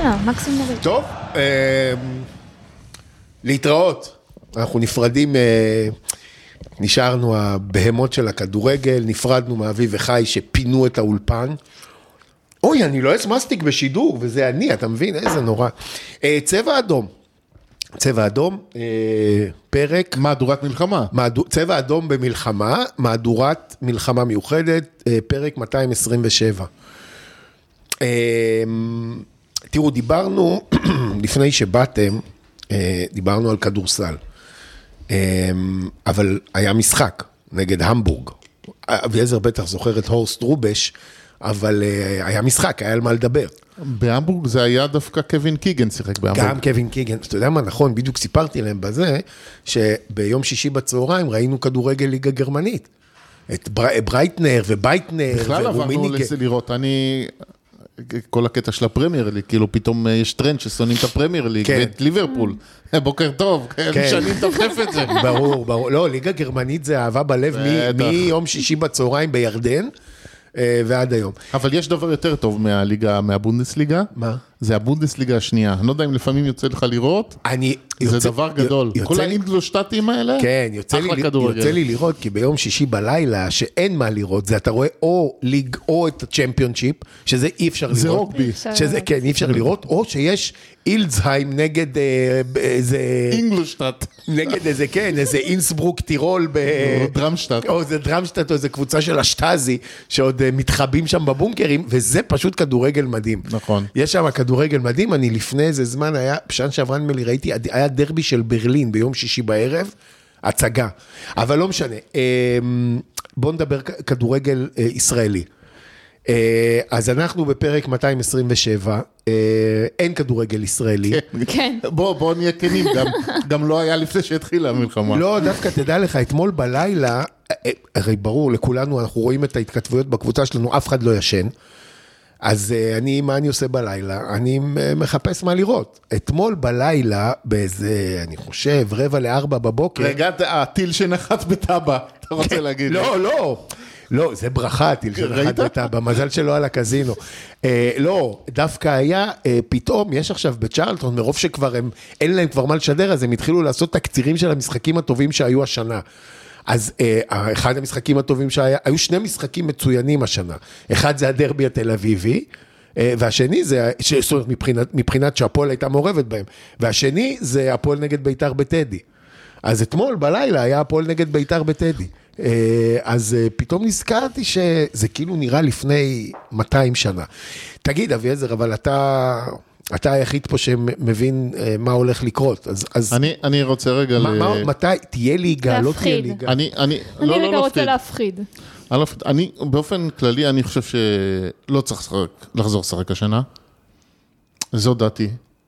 יאללה, מקסימום נראה. טוב, להתראות. אנחנו נפרדים, נשארנו הבהמות של הכדורגל, נפרדנו מאביב וחי שפינו את האולפן. אוי, אני לא אסמסטיק בשידור, וזה אני, אתה מבין? איזה נורא. צבע אדום. צבע אדום, פרק. מהדורת מלחמה. צבע אדום במלחמה, מהדורת מלחמה מיוחדת, פרק 227. תראו, דיברנו, לפני שבאתם, דיברנו על כדורסל. אבל היה משחק נגד המבורג. אביעזר בטח זוכר את הורסט רובש, אבל היה משחק, היה על מה לדבר. בהמבורג זה היה דווקא קווין קיגן שיחק בהמבורג. גם קווין קיגן, אתה יודע מה נכון, בדיוק סיפרתי להם בזה, שביום שישי בצהריים ראינו כדורגל ליגה גרמנית. את ברייטנר ובייטנר בכלל עברנו לראות, כל הקטע של הפרמייר ליג, כאילו פתאום יש טרנד ששונאים את הפרמייר ליג, ואת ליברפול, בוקר טוב, שאני מתופף את זה. ברור, ברור, לא, ליגה גרמנית זה אהבה בלב מיום שישי בצהריים בירדן, ועד היום. אבל יש דבר יותר טוב מהבונדסליגה. מה? זה הבונדסליגה השנייה. אני לא יודע אם לפעמים יוצא לך לראות. זה דבר גדול. כל האינגלושטטים האלה, כן, יוצא לי לראות, כי ביום שישי בלילה, שאין מה לראות, זה אתה רואה או ליג או את הצ'מפיונשיפ, שזה אי אפשר לראות. זה רוגבי. שזה, כן, אי אפשר לראות, או שיש אילדסהיים נגד איזה... אינגלושטט. נגד איזה, כן, איזה אינסברוק טירול דרמשטט. או איזה דרמשטט, או איזה קבוצה של השטאזי, שעוד מתחבים שם בבונקרים, וזה פשוט כדורגל מדהים. נכון. יש שם כדורגל מדהים, אני לפני איזה זמן היה, בשנה שעברה נדמה לי, ראיתי, היה דרבי של ברלין ביום שישי בערב, הצגה. אבל לא משנה. בואו נדבר כדורגל ישראלי. אז אנחנו בפרק 227, אין כדורגל ישראלי. כן. בואו נהיה כנים, גם לא היה לפני שהתחילה המלחמה. לא, דווקא תדע לך, אתמול בלילה, הרי ברור, לכולנו אנחנו רואים את ההתכתבויות בקבוצה שלנו, אף אחד לא ישן. אז מה אני עושה בלילה? אני מחפש מה לראות. אתמול בלילה, באיזה, אני חושב, 3:45 בבוקר. רגע, הטיל שנחת בטאבה, אתה רוצה להגיד. לא, לא. לא, זה ברכה, הטיל שנחת בטאבה, מזל שלא על הקזינו. לא, דווקא היה, פתאום, יש עכשיו בצ'רלטון, מרוב שכבר אין להם כבר מה לשדר, אז הם התחילו לעשות תקצירים של המשחקים הטובים שהיו השנה. אז אחד המשחקים הטובים היו שני משחקים מצוינים השנה. אחד זה הדרבי התל אביבי, והשני זה, זאת אומרת, מבחינת שהפועל הייתה מעורבת בהם, והשני זה הפועל נגד ביתר בטדי. אז אתמול בלילה היה הפועל נגד ביתר בטדי. אז פתאום נזכרתי שזה כאילו נראה לפני 200 שנה. תגיד, אביעזר, אבל אתה היחיד פה שמבין מה הולך לקרות. אני רוצה רגע... מתי תהיה ליגה, לא תהיה ליגה? אני רגע רוצה להפחיד. אני, באופן כללי, אני חושב שלא צריך לחזור לשחק השנה. זו דעתי.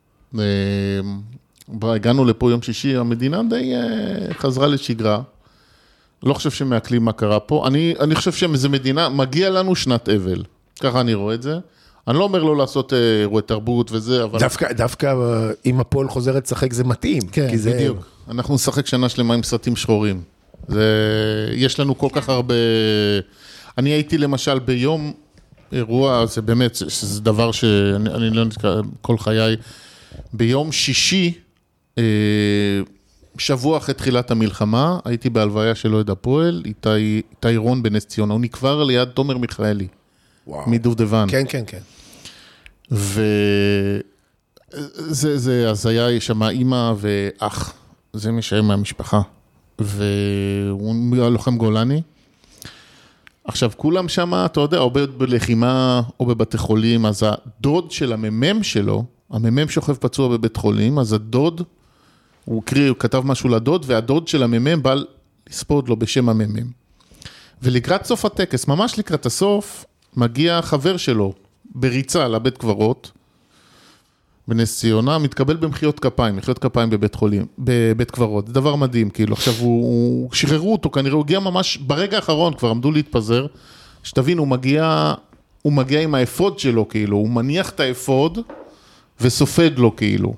הגענו לפה יום שישי, המדינה די חזרה לשגרה. לא חושב שמעכלים מה קרה פה. אני חושב שזה מדינה, מגיע לנו שנת אבל. ככה אני רואה את זה. אני לא אומר לא לעשות אירועי תרבות וזה, אבל... דווקא אם הפועל חוזרת לשחק זה מתאים. כן, בדיוק. אנחנו נשחק שנה שלמה עם סרטים שחורים. יש לנו כל כך הרבה... אני הייתי למשל ביום אירוע, זה באמת, זה דבר שאני לא נזכר כל חיי, ביום שישי, שבוע אחרי תחילת המלחמה, הייתי בהלוויה של אוהד הפועל, איתי רון בנס ציונה, הוא נקבר ליד תומר מיכאלי, מדובדבן. כן, כן, כן. אז היה שם אמא ואח, זה משאר מהמשפחה, והוא היה לוחם גולני. עכשיו, כולם שם, אתה יודע, או בלחימה או בבתי חולים, אז הדוד של הממם שלו, הממם שוכב פצוע בבית חולים, אז הדוד, הוא כתב משהו לדוד, והדוד של הממם בא לספוד לו בשם הממם. ולקראת סוף הטקס, ממש לקראת הסוף, מגיע חבר שלו בריצה לבית קברות, בנס ציונה, מתקבל במחיות כפיים, מחיאות כפיים בבית חולים, בבית קברות. זה דבר מדהים, כאילו, עכשיו הוא שחררו אותו, כנראה הוא הגיע ממש ברגע האחרון, כבר עמדו להתפזר, שתבין, הוא מגיע עם האפוד שלו, כאילו, הוא מניח את האפוד, וסופד לו, כאילו.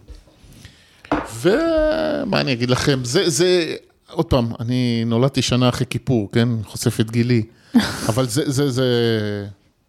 ומה אני אגיד לכם, זה, עוד פעם, אני נולדתי שנה אחרי כיפור, כן? חושף את גילי, אבל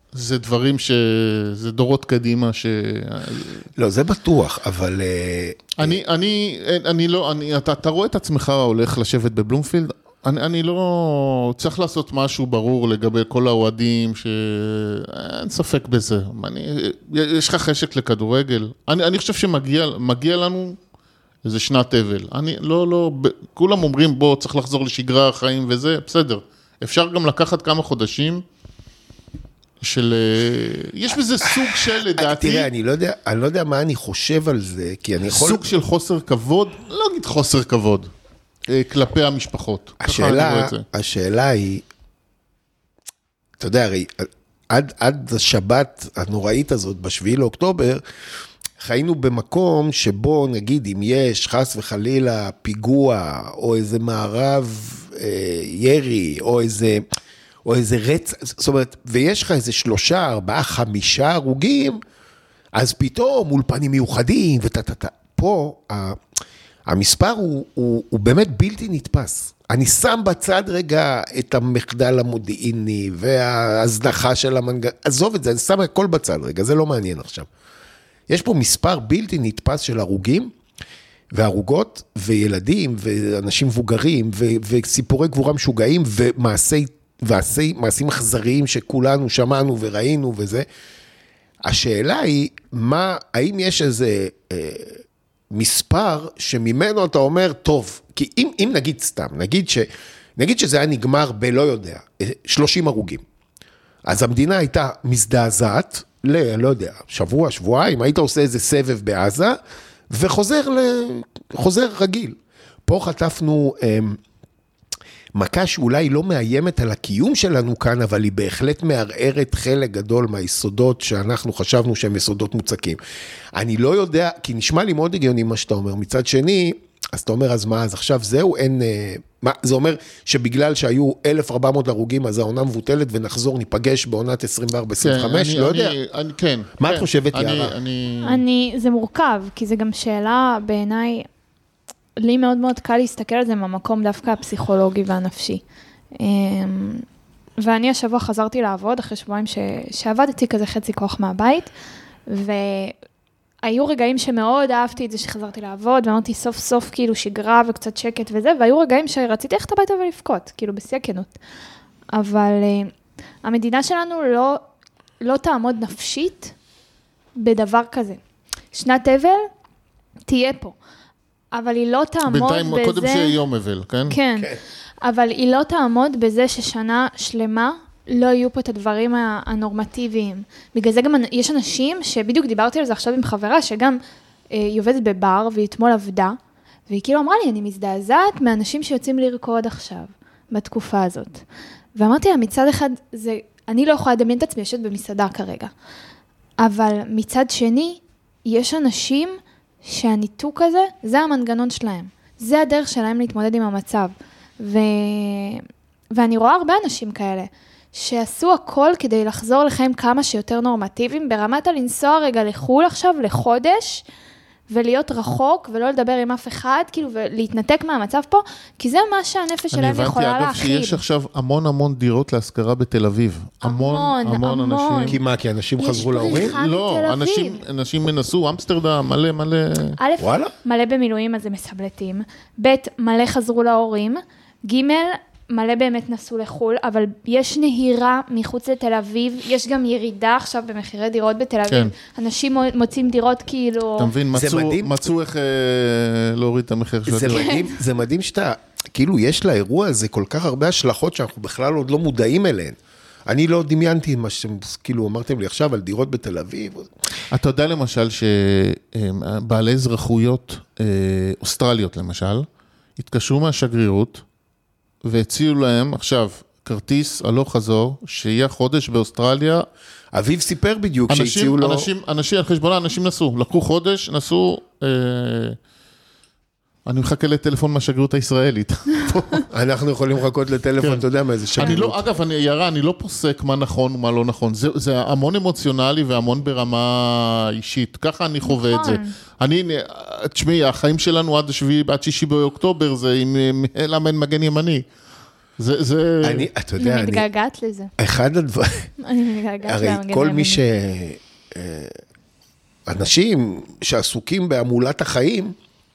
זה דברים זה דורות קדימה לא, זה בטוח, אבל... אני לא, אתה רואה את עצמך הולך לשבת בבלומפילד, אני לא צריך לעשות משהו ברור לגבי כל האוהדים, שאין ספק בזה. יש לך חשק לכדורגל. אני חושב שמגיע לנו איזה שנת אבל. כולם אומרים בוא צריך לחזור לשגרה החיים וזה, בסדר. אפשר גם לקחת כמה חודשים יש בזה סוג של לדעתי. תראה, אני לא יודע מה אני חושב על זה, כי אני יכול... סוג של חוסר כבוד, לא נגיד חוסר כבוד. כלפי המשפחות. השאלה היא, אתה יודע, הרי, עד השבת הנוראית הזאת, ב7 לאוקטובר, חיינו במקום שבו, נגיד, אם יש חס וחלילה פיגוע, או איזה מערב ירי, או איזה רצח, זאת אומרת, ויש לך איזה 3, 4, 5 הרוגים, אז פתאום אולפנים מיוחדים, פה, המספר הוא באמת בלתי נתפס. אני שם בצד רגע את המחדל המודיעיני וההזנחה של המנגנון, עזוב את זה, אני שם הכל בצד רגע, זה לא מעניין עכשיו. יש פה מספר בלתי נתפס של הרוגים והרוגות וילדים ואנשים מבוגרים וסיפורי גבורה משוגעים ומעשים אכזריים שכולנו שמענו וראינו וזה. השאלה היא, האם יש איזה... מספר שממנו אתה אומר, טוב, כי אם נגיד סתם, נגיד שזה היה נגמר בלא יודע, 30 הרוגים, אז המדינה הייתה מזדעזעת, לא יודע, שבוע, שבועיים, היית עושה איזה סבב בעזה, וחוזר רגיל. פה חטפנו מכה שאולי לא מאיימת על הקיום שלנו כאן, אבל היא בהחלט מערערת חלק גדול מהיסודות שאנחנו חשבנו שהם יסודות מוצקים. אני לא יודע, כי נשמע לי מאוד הגיוני מה שאתה אומר. מצד שני, אז אתה אומר, אז מה, אז עכשיו זהו, זה אומר שבגלל שהיו 1,400 הרוגים, אז העונה מבוטלת ונחזור, ניפגש בעונת 24-25, לא יודע. כן. מה את חושבת, יערה? זה מורכב, כי זה גם שאלה בעיניי, לי מאוד מאוד קל להסתכל על זה מהמקום דווקא הפסיכולוגי והנפשי. ואני השבוע חזרתי לעבוד, אחרי שבועיים שעבדתי כזה חצי כוח מהבית, והיו רגעים שמאוד אהבתי את זה שחזרתי לעבוד, ואמרתי סוף סוף כאילו שגרה וקצת שקט וזה, והיו רגעים שרציתי ללכת הביתה ולבכות, כאילו בשיא הכנות. אבל המדינה שלנו לא תעמוד נפשית בדבר כזה. שנת אבל תהיה פה. אבל היא לא תעמוד בזה... בינתיים, קודם שיהיה יום אבל, כן? כן, אבל היא לא תעמוד בזה ששנה שלמה לא יהיו פה את הדברים הנורמטיביים. בגלל זה גם יש אנשים שבדיוק דיברתי על זה עכשיו עם חברה, שגם היא עובדת בבר, והיא אתמול עבדה, והיא כאילו אמרה לי, אני מזדעזעת מאנשים שיוצאים לרקוד עכשיו, בתקופה הזאת. ואמרתי לה, מצד אחד, אני לא יכולה לדמיין את עצמי, יושבת במסעדה כרגע. אבל מצד שני, יש אנשים שהניתוק הזה, זה המנגנון שלהם. זה הדרך שלהם להתמודד עם המצב. ואני רואה הרבה אנשים כאלה, שעשו הכל כדי לחזור לחיים כמה שיותר נורמטיביים, ברמת לנסוע רגע לחול עכשיו, לחודש, ולהיות רחוק, ולא לדבר עם אף אחד, כאילו, ולהתנתק מהמצב פה, כי זה מה שהנפש שלהם יכולה להכיל. אני הבנתי, אגב, שיש עכשיו המון דירות להשכרה בתל אביב. המון אנשים. כי מה, כי אנשים חזרו להורים? לא, אנשים מנסו, אמסטרדם, מלא. א', מלא במילואים, אז הם מסבלטים. ב', מלא חזרו להורים. ג', מלא באמת נסו לחול, אבל יש נהירה מחוץ לתל אביב, יש גם ירידה עכשיו במחירי דירות בתל אביב, אנשים מוצאים דירות כאילו... אתה מבין, מצאו איך להוריד את המחיר של הדירות. זה מדהים שאתה, כאילו יש לאירוע הזה כל כך הרבה השלכות שאנחנו בכלל עוד לא מודעים אליהן. אני לא דמיינתי מה שכאילו אמרתם לי עכשיו על דירות בתל אביב. אתה יודע למשל שבעלי אזרחויות אוסטרליות למשל, התקשרו מהשגרירות, והציעו להם עכשיו כרטיס הלוך חזור, שיהיה חודש באוסטרליה. אביב סיפר בדיוק שהציעו לו... אנשים על חשבונה, אנשים נסו, לקחו חודש, נסו... אני מחכה לטלפון מהשגרירות הישראלית. אנחנו יכולים לחכות לטלפון, אתה יודע מה, איזה שגרירות. אגב, יערה, אני לא פוסק מה נכון ומה לא נכון. זה המון אמוציונלי והמון ברמה אישית. ככה אני חווה את זה. תשמעי, החיים שלנו עד 6 באוקטובר, זה למה אין מגן ימני. אתה יודע, אני מתגעגעת לזה. אחד הדברים, אני מתגעגעת הרי למגן כל מי הימני. אנשים שעסוקים בהמולת החיים,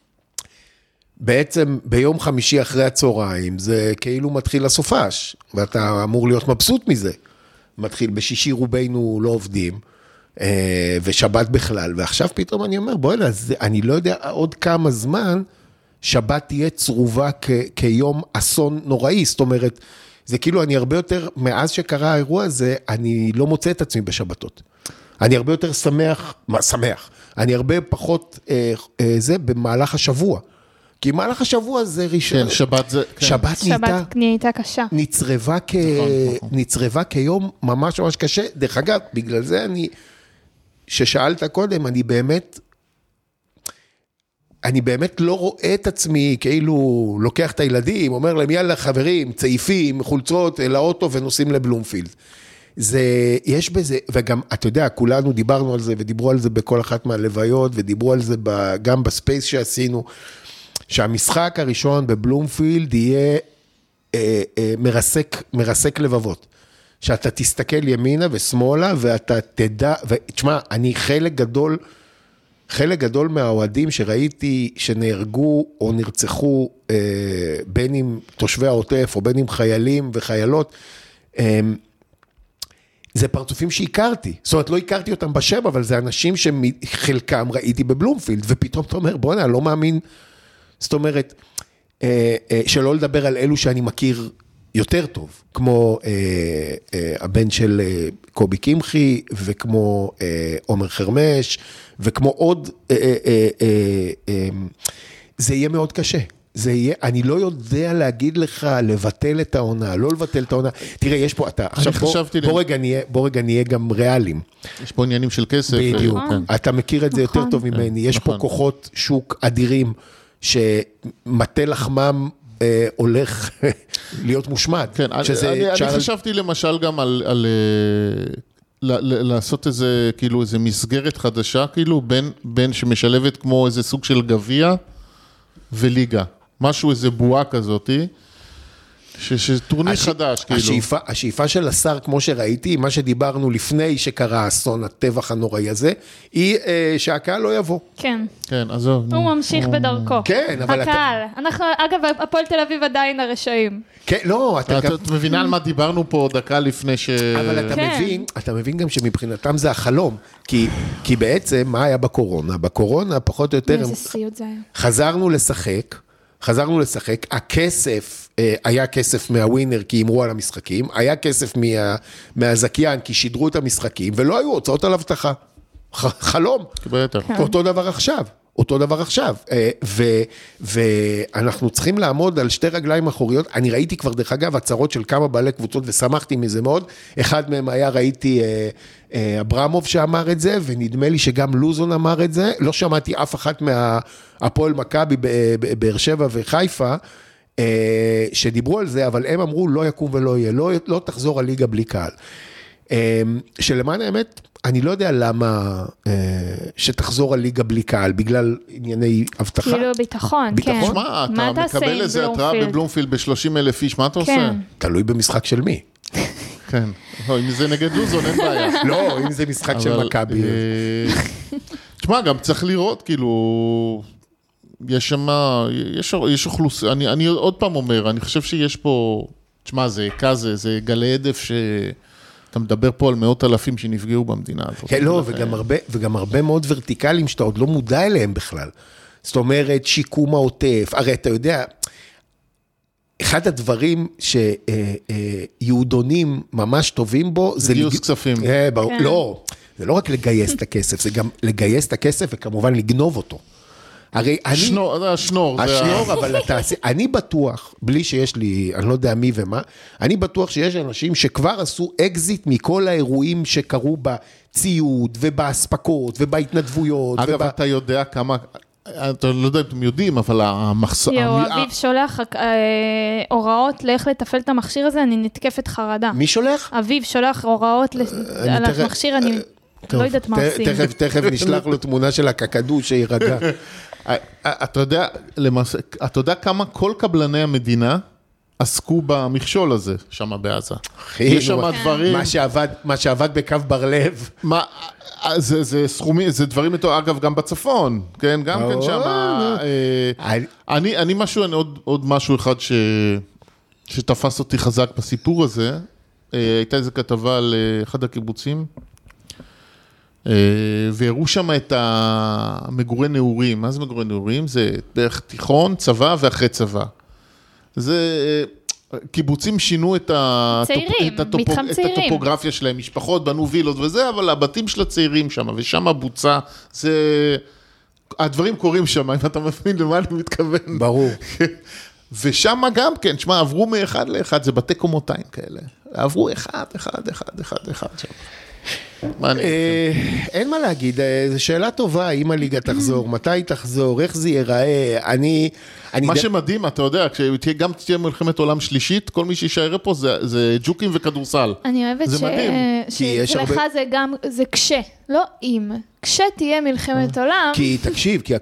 בעצם ביום חמישי אחרי הצהריים, זה כאילו מתחיל הסופש, ואתה אמור להיות מבסוט מזה. מתחיל בשישי רובנו לא עובדים, ושבת בכלל, ועכשיו פתאום אני אומר, בואי לה, אני לא יודע עוד כמה זמן, שבת תהיה צרובה כיום אסון נוראי, זאת אומרת, זה כאילו אני הרבה יותר, מאז שקרה האירוע הזה, אני לא מוצא את עצמי בשבתות. אני הרבה יותר שמח, אני הרבה פחות זה במהלך השבוע. כי מהלך השבוע זה ראשון. כן, שבת זה... שבת נהייתה קשה. נצרבה כיום ממש ממש קשה. דרך אגב, בגלל זה ששאלת קודם, אני באמת לא רואה את עצמי, כאילו לוקח את הילדים, אומר להם, יאללה חברים, צעיפים, חולצות לאוטו ונוסעים לבלומפילד. יש בזה, וגם, אתה יודע, כולנו דיברנו על זה, ודיברו על זה בכל אחת מהלוויות, ודיברו על זה גם בספייס שעשינו, שהמשחק הראשון בבלומפילד יהיה מרסק לבבות. שאתה תסתכל ימינה ושמאלה, ואתה תדע, ותשמע, אני חלק גדול מהאוהדים שראיתי שנהרגו או נרצחו, בין אם תושבי העוטף, או בין אם חיילים וחיילות, זה פרצופים שהכרתי, זאת אומרת לא הכרתי אותם בשם, אבל זה אנשים שחלקם ראיתי בבלומפילד, ופתאום אתה אומר, בוא'נה, לא מאמין, זאת אומרת, שלא לדבר על אלו שאני מכיר יותר טוב, כמו הבן של קובי קמחי, וכמו עומר חרמש, וכמו עוד, זה יהיה מאוד קשה. זה יהיה, אני לא יודע להגיד לך לבטל את העונה, לא לבטל את העונה. תראה, יש פה, אתה, עכשיו בוא רגע נהיה גם ריאליים. יש פה עניינים של כסף. בדיוק. אתה מכיר את זה יותר טוב ממני. יש פה כוחות שוק אדירים, שמטה לחמם הולך להיות מושמד. כן, אני חשבתי למשל גם על לעשות איזה, כאילו, איזה מסגרת חדשה, כאילו, בין שמשלבת כמו איזה סוג של גביע וליגה. משהו, איזה בועה כזאת, שטורניר חדש, כאילו. השאיפה של השר, כמו שראיתי, מה שדיברנו לפני שקרה אסון הטבח הנוראי הזה, היא שהקהל לא יבוא. כן. כן, אז הוא ממשיך בדרכו. כן, אבל הקהל. אנחנו, אגב, הפועל תל אביב עדיין הרשעים. כן, לא, את מבינה על מה דיברנו פה דקה לפני אבל אתה מבין גם שמבחינתם זה החלום, כי בעצם מה היה בקורונה? בקורונה פחות או יותר איזה סיוט זה היה. חזרנו לשחק, הכסף היה כסף מהווינר כי אמרו על המשחקים, היה כסף מהזכיין כי שידרו את המשחקים, ולא היו הוצאות על הבטחה. חלום. אותו דבר עכשיו, ואנחנו צריכים לעמוד על שתי רגליים אחוריות. אני ראיתי כבר דרך אגב הצהרות של כמה בעלי קבוצות ושמחתי מזה מאוד, אחד מהם היה, ראיתי אברמוב שאמר את זה, ונדמה לי שגם לוזון אמר את זה, לא שמעתי אף אחת מהפועל מכבי באר שבע וחיפה, שדיברו על זה, אבל הם אמרו לא יקום ולא יהיה, לא תחזור הליגה בלי קהל. שלמען האמת, אני לא יודע למה שתחזור הליגה בלי קהל, בגלל ענייני הבטחה. כאילו ביטחון, כן. מה, אתה מקבל איזה התראה בבלומפילד ב-30,000 איש, מה אתה עושה? תלוי במשחק של מי. כן, אם זה נגד לוזון, אין בעיה. לא, אם זה משחק של מכבי. תשמע, גם צריך לראות, כאילו, יש אוכלוסייה, אני עוד פעם אומר, אני חושב שיש פה, תשמע, זה כזה, זה גלי עדף אתה מדבר פה על מאות אלפים שנפגעו במדינה הזאת. כן, לא, וגם הרבה מאוד ורטיקלים שאתה עוד לא מודע אליהם בכלל. זאת אומרת, שיקום העוטף. הרי אתה יודע, אחד הדברים שיהודונים ממש טובים בו, זה גיוס כספים. לא, זה לא רק לגייס את הכסף, זה גם לגייס את הכסף וכמובן לגנוב אותו. הרי השנור, אבל אני בטוח, בלי שיש לי, אני לא יודע מי ומה, אני בטוח שיש אנשים שכבר עשו אקזיט מכל האירועים שקרו בציוד ובהספקות ובהתנדבויות. אגב, אתה יודע כמה, אתה לא יודע אם אתם יודעים, אבל המחסור... אביב שולח הוראות לאיך לתפעל את המכשיר הזה, אני נתקפת חרדה. מי שולח? אביב שולח הוראות על המכשיר, אני לא יודעת מה עושים. תכף נשלח לו תמונה של הקקדו שירגע. אתה יודע כמה כל קבלני המדינה עסקו במכשול הזה, שם בעזה. יש שם דברים... מה שעבד בקו בר לב. זה סכומי, זה דברים איתו, אגב, גם בצפון, כן? גם כן שם... אני עוד משהו אחד שתפס אותי חזק בסיפור הזה, הייתה איזו כתבה על אחד הקיבוצים, והראו שם את המגורי נעורים. מה זה מגורי נעורים? זה בערך תיכון, צבא ואחרי צבא. זה... קיבוצים שינו את הטופוגרפיה שלהם, משפחות בנו וילות וזה, אבל הבתים של הצעירים שם, ושם הבוצה, זה... הדברים קורים שם, אם אתה מבין למה אני מתכוון. ברור. ושם גם כן, שמה, עברו מאחד לאחד, זה בתי קומותיים כאלה. עברו אחד שם. אין מה להגיד, זו שאלה טובה, אם הליגה תחזור, מתי תחזור, איך זה ייראה, מה שמדהים, אתה יודע, כשגם תהיה מלחמת עולם שלישית, כל מי שישאר פה זה ג'וקים וכדורסל. אני אוהבת שלך זה גם, זה קשה, לא אם. כשתהיה מלחמת עולם... כי תקשיב, כי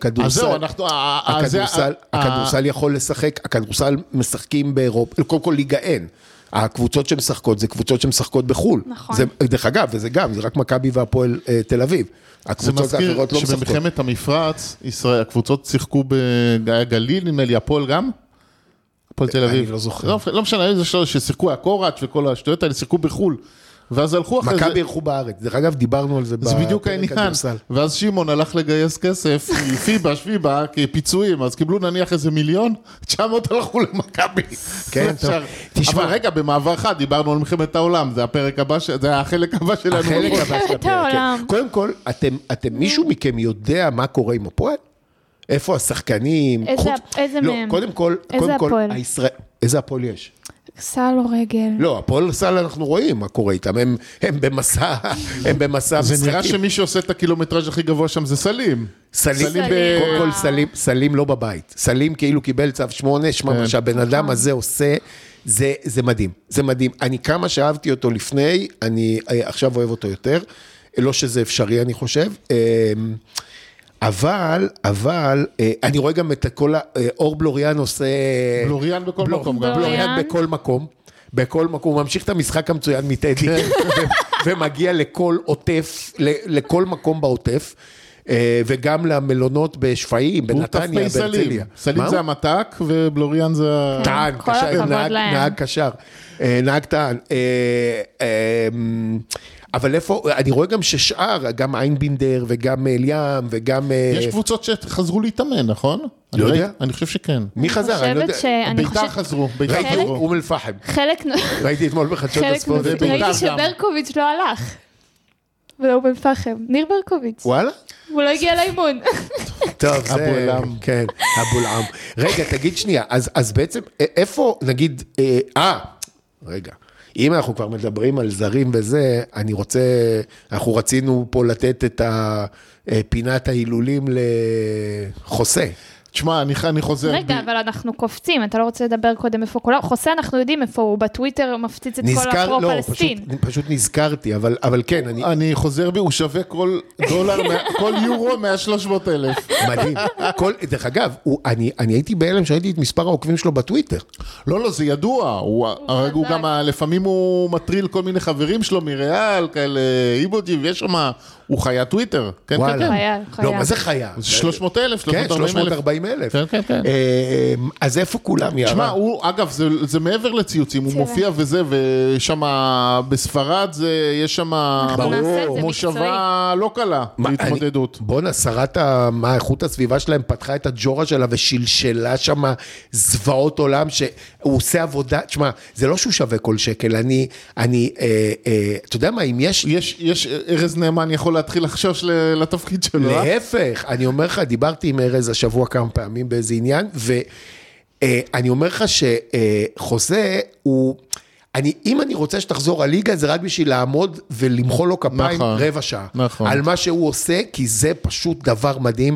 הכדורסל יכול לשחק, הכדורסל משחקים באירופה, קודם כל ליגה אין. הקבוצות שמשחקות, זה קבוצות שמשחקות בחול. נכון. דרך אגב, וזה גם, זה רק מכבי והפועל תל אביב. הקבוצות האחרות לא משחקות. שבמלחמת המפרץ, הקבוצות שיחקו בגליל, נדמה לי, הפועל גם? הפועל תל אביב. אני לא זוכר. לא משנה, איזה שלב ששיחקו הקוראץ' וכל השטויות האלה, שיחקו בחול. ואז הלכו אחרי זה... מכבי הלכו בארץ. דרך אגב, דיברנו על זה זה בדיוק העניין. ואז שמעון הלך לגייס כסף, פיבה, כפיצויים, אז קיבלו נניח איזה 1,900,000, הלכו למכבי. כן, טוב. אבל רגע, במעבר אחד, דיברנו על מלחמת העולם, זה הפרק הבא, זה החלק הבא שלנו. החלק הבא של הפרק. קודם כל, מישהו מכם יודע מה קורה עם הפועל? איפה השחקנים? איזה מהם? קודם כל, איזה הפועל יש? סל או רגל. לא, הפועל סל אנחנו רואים מה קורה איתם, הם במסע זה נראה שמי שעושה את הקילומטראז' הכי גבוה שם זה סלים. סלים לא בבית. סלים כאילו קיבל צו 8, שמה שהבן אדם הזה עושה, זה מדהים. זה מדהים. אני כמה שאהבתי אותו לפני, אני עכשיו אוהב אותו יותר. לא שזה אפשרי, אני חושב. אבל, אני רואה גם את כל, אור בלוריאן עושה... בלוריאן בכל מקום. בלוריאן בכל מקום, הוא ממשיך את המשחק המצוין מטדי, ומגיע לכל עוטף, לכל מקום בעוטף, וגם למלונות בשפעים, בנתניה, בהרצליה. סלים זה המתק, ובלוריאן זה... טען, נהג קשר, נהג טען. אבל איפה, אני רואה גם ששאר, גם איינבינדר וגם אליאם וגם... יש קבוצות שחזרו להתאמן, נכון? לא יודע. אני חושב שכן. מי חזר? אני לא יודע. ביתר חזרו. ראיתי אום אל-פחם. ראיתי אתמול בחדשות הספורט. ראיתי שברקוביץ' לא הלך. ולאום אל-פחם. ניר ברקוביץ'. וואלה? הוא לא הגיע לאימון. טוב, זה... אבו-עלם. כן, אבו-עלם. רגע, תגיד שנייה, אז בעצם, איפה, נגיד, רגע. אם אנחנו כבר מדברים על זרים וזה, אנחנו רצינו פה לתת את פינת ההילולים לחוסה. תשמע, אני חוזר... רגע, אבל אנחנו קופצים, אתה לא רוצה לדבר קודם איפה כולם. חוסה, אנחנו יודעים איפה הוא, בטוויטר מפציץ את כל הפרו-פלסטין. פשוט נזכרתי, אבל כן. אני חוזר בי, הוא שווה כל יורו 100,000-300,000. מדהים. דרך אגב, אני הייתי בהלם שראיתי את מספר העוקבים שלו בטוויטר. לא, זה ידוע. הוא גם, לפעמים הוא מטריל כל מיני חברים שלו מריאל, כאלה איבוג'י, ויש שם... הוא חיה טוויטר, כן, כן, כן. לא, מה זה חיה? 300,000, 340,000. כן, כן, כן. אז איפה כולם יערה? תשמע, אגב, זה מעבר לציוצים, הוא מופיע וזה, ושם בספרד, יש שם מושבה לא קלה, להתמודדות. בוא'נה, שרת איכות הסביבה שלהם פתחה את הג'ורה שלה, ושלשלה שם זוועות עולם, שהוא עושה עבודה, תשמע, זה לא שהוא שווה כל שקל, אתה יודע מה, אם יש ארז נאמן יכול להתחיל לחשוש לתפקיד שלו. להפך, אני אומר לך, דיברתי עם ארז השבוע כמה פעמים באיזה עניין, ואני אומר לך שחוזה הוא, אם אני רוצה שתחזור הליגה, זה רק בשביל לעמוד ולמחוא לו כפיים רבע שעה. על מה שהוא עושה, כי זה פשוט דבר מדהים,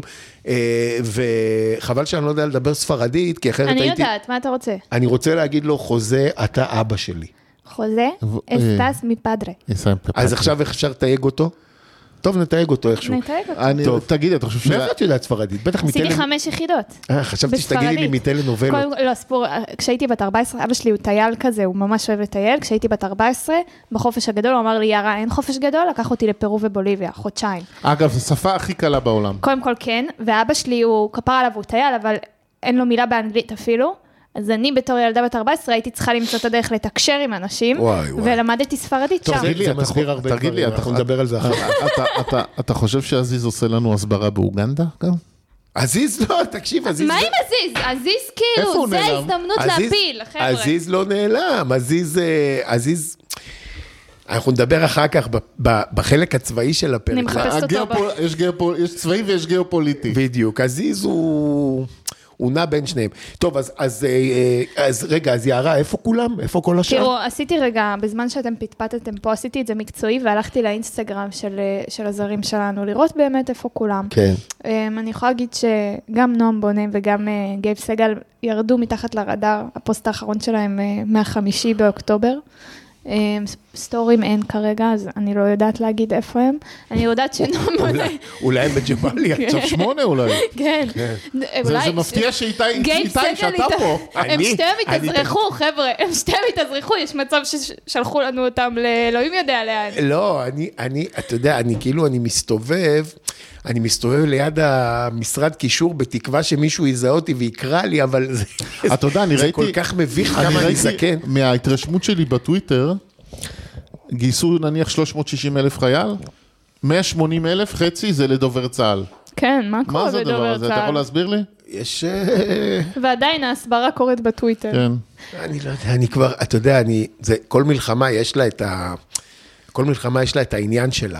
וחבל שאני לא יודע לדבר ספרדית, כי אחרת הייתי... אני יודעת, מה אתה רוצה? אני רוצה להגיד לו, חוזה, אתה אבא שלי. חוזה, אסטס מפדרה. אז עכשיו איך אפשר לתייג אותו? טוב, נתייג אותו איכשהו. נתייג אותו. תגיד, אתה חושב מאיפה את יודעת ספרדית? בטח עשיתי 5 יחידות. חשבתי שתגידי לי מטלנובלות. לא, סיפור, כשהייתי בת 14, אבא שלי הוא טייל כזה, הוא ממש אוהב לטייל, כשהייתי בת 14, בחופש הגדול, הוא אמר לי, יארה, אין חופש גדול, לקח אותי לפרו ובוליביה, חודשיים. אגב, זו שפה הכי קלה בעולם. קודם כל כן, ואבא שלי הוא כפר עליו, הוא טייל, אבל אין לו מילה באנגלית אפילו. אז אני בתור ילדה בת 14 הייתי צריכה למצוא את הדרך לתקשר עם אנשים, ולמדתי ספרדית שם. זה מסביר הרבה דברים, אנחנו נדבר על זה אחר. אתה חושב שעזיז עושה לנו הסברה באוגנדה גם? עזיז לא, תקשיב, עזיז... מה עם עזיז? עזיז כאילו, זה ההזדמנות להפיל, חבר'ה. עזיז לא נעלם, עזיז... אנחנו נדבר אחר כך בחלק הצבאי של הפרק. אני מחפשת אותו. יש צבאי ויש גיאופוליטי. בדיוק, עזיז הוא נע בין שניהם. טוב, אז רגע, אז יערה, איפה כולם? איפה כל השאר? תראו, עשיתי רגע, בזמן שאתם פטפטתם פה, עשיתי את זה מקצועי, והלכתי לאינסטגרם של הזרים שלנו, לראות באמת איפה כולם. כן. אני יכולה להגיד שגם נועם בונם וגם גייב סגל ירדו מתחת לרדאר, הפוסט האחרון שלהם מה-5 באוקטובר. סטורים אין כרגע, אז אני לא יודעת להגיד איפה הם. אני יודעת שנועם בונם... אולי הם בג'באליה. עכשיו 8 אולי. כן. זה מפתיע שאיתה שאתה פה. הם שתיהם התאזרחו, חבר'ה, הם שתיהם התאזרחו, יש מצב ששלחו לנו אותם לאלוהים יודע לאן. לא, אתה יודע, אני מסתובב ליד המשרד קישור בתקווה שמישהו יזהה אותי ויקרא לי, אבל זה כל כך מביך כמה אני זקן. מההתרשמות שלי בטוויטר, גייסו נניח 360,000 חייל, 180,000 חצי זה לדובר צה"ל. כן, מה קורה בדובר צה"ל? מה זה הדבר הזה? אתה יכול להסביר לי? יש... ועדיין ההסברה קורית בטוויטר. כן. אני לא יודע, אני כבר, אתה יודע, כל מלחמה יש לה את העניין שלה.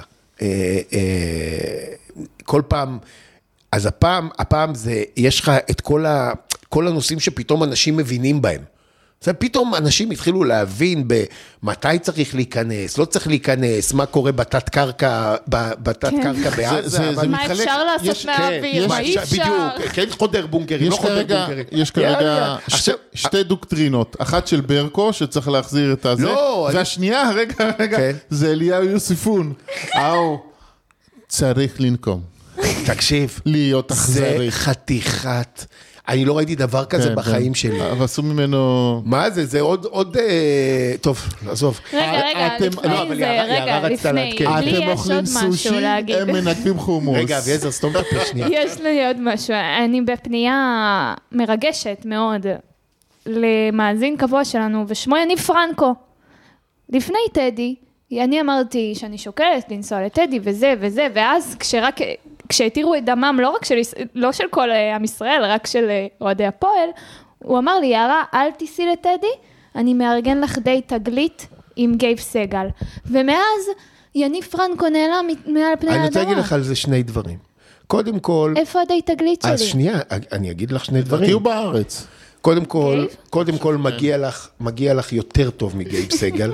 כל פעם, אז הפעם זה, יש לך את כל הנושאים שפתאום אנשים מבינים בהם. זה פתאום אנשים התחילו להבין במתי צריך להיכנס, לא צריך להיכנס, מה קורה בתת קרקע בעזה. מה אפשר לעשות מהאוויר, מה אי אפשר. בדיוק, כן חודר בונקרים, לא חודר בונקרים. יש כרגע שתי דוקטרינות, אחת של ברקו שצריך להחזיר את הזה, והשנייה, רגע, זה אליהו יוסיפון. צריך לנקום. תקשיב, להיות אכזרי. זה חתיכת... אני לא ראיתי דבר כזה בחיים שלי. אבל עשו ממנו... מה זה? זה עוד... טוב, עזוב. רגע, לפני. לי יש עוד משהו להגיד. הם מנקבים חומוס. רגע, אביעזר, סתום את הפה שנייה. יש לי עוד משהו. אני בפנייה מרגשת מאוד למאזין קבוע שלנו, ושמו יניב פרנקו. לפני טדי, אני אמרתי שאני שוקלת לנסוע לטדי וזה, ואז כשהתירו את דמם, לא של כל עם ישראל, רק של אוהדי הפועל, הוא אמר לי, יערה, אל תיסי לטדי, אני מארגן לך די תגלית עם גייב סגל. ומאז יניב פרנקו נעלם מעל פני האדמה. אני רוצה להגיד לך על זה שני דברים. קודם כל... איפה הדי תגלית שלי? אז שנייה, אני אגיד לך שני דברים. תהיו בארץ. קודם כל מגיע לך יותר טוב מגייב סגל.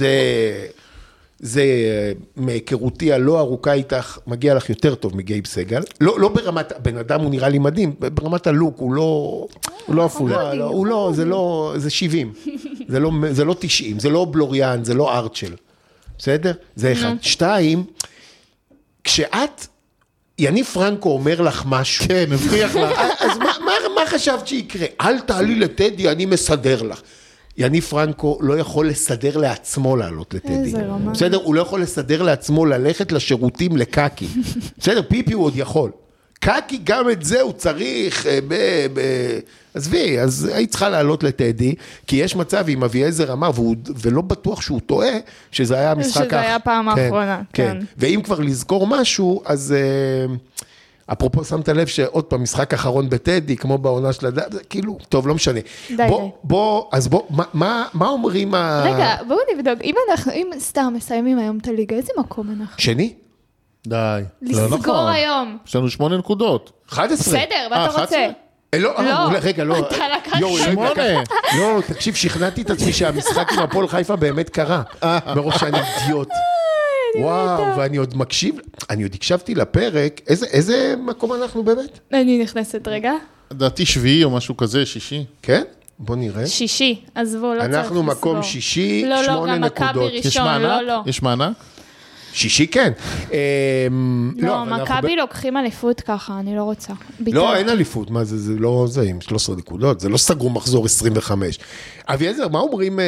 זה מהיכרותי הלא ארוכה איתך, מגיע לך יותר טוב מגייב סגל. לא ברמת, בן אדם הוא נראה לי מדהים, ברמת הלוק הוא לא אפולה, זה 70, זה לא 90, זה לא בלוריאן, זה לא ארצ'ל. בסדר? זה אחד. 2, כשאת, יניב פרנקו אומר לך משהו. כן, מבטיח לך. אז מה חשבת שיקרה? אל תעלי לטדי, אני מסדר לך. יניב פרנקו לא יכול לסדר לעצמו לעלות לטדי. בסדר? הוא לא יכול לסדר לעצמו ללכת לשירותים לקקי. בסדר? פיפי הוא עוד יכול. קקי גם את זה הוא צריך, עזבי, אז היית צריכה לעלות לטדי, כי יש מצב, אם אביעזר אמר, ולא בטוח שהוא טועה, שזה היה המשחק... שזה היה פעם האחרונה. כן. ואם כבר לזכור משהו, אז... אפרופו שמת לב שעוד פעם משחק אחרון בטדי, כמו בעונה של הדעת, כאילו, טוב, לא משנה. אז מה אומרים רגע, בואו נבדוק, אם סתם מסיימים היום את הליגה, איזה מקום אנחנו? שני? די. לסגור היום. יש לנו 8 נקודות. 11. בסדר, מה אתה רוצה? רגע, לא. אתה לקחת 8. לא, תקשיב, שכנעתי את עצמי שהמשחק עם הפועל חיפה באמת קרה. מרוב שאני אידיוט. וואו, ואני עוד מקשיב, אני עוד הקשבתי לפרק, איזה מקום אנחנו באמת? אני נכנסת רגע. דעתי 7 או משהו כזה, 6. כן? בוא נראה. 6, עזבו, לא צריך לסגור. אנחנו מקום 6, 8 נקודות. לא, גם מכבי ראשון, לא. יש מענק? שישי כן. לא, מכבי לוקחים אליפות ככה, אני לא רוצה. לא, אין אליפות, מה זה לא זה, עם 13 נקודות, זה לא סגרו מחזור 25. אביעזר, מה אומרים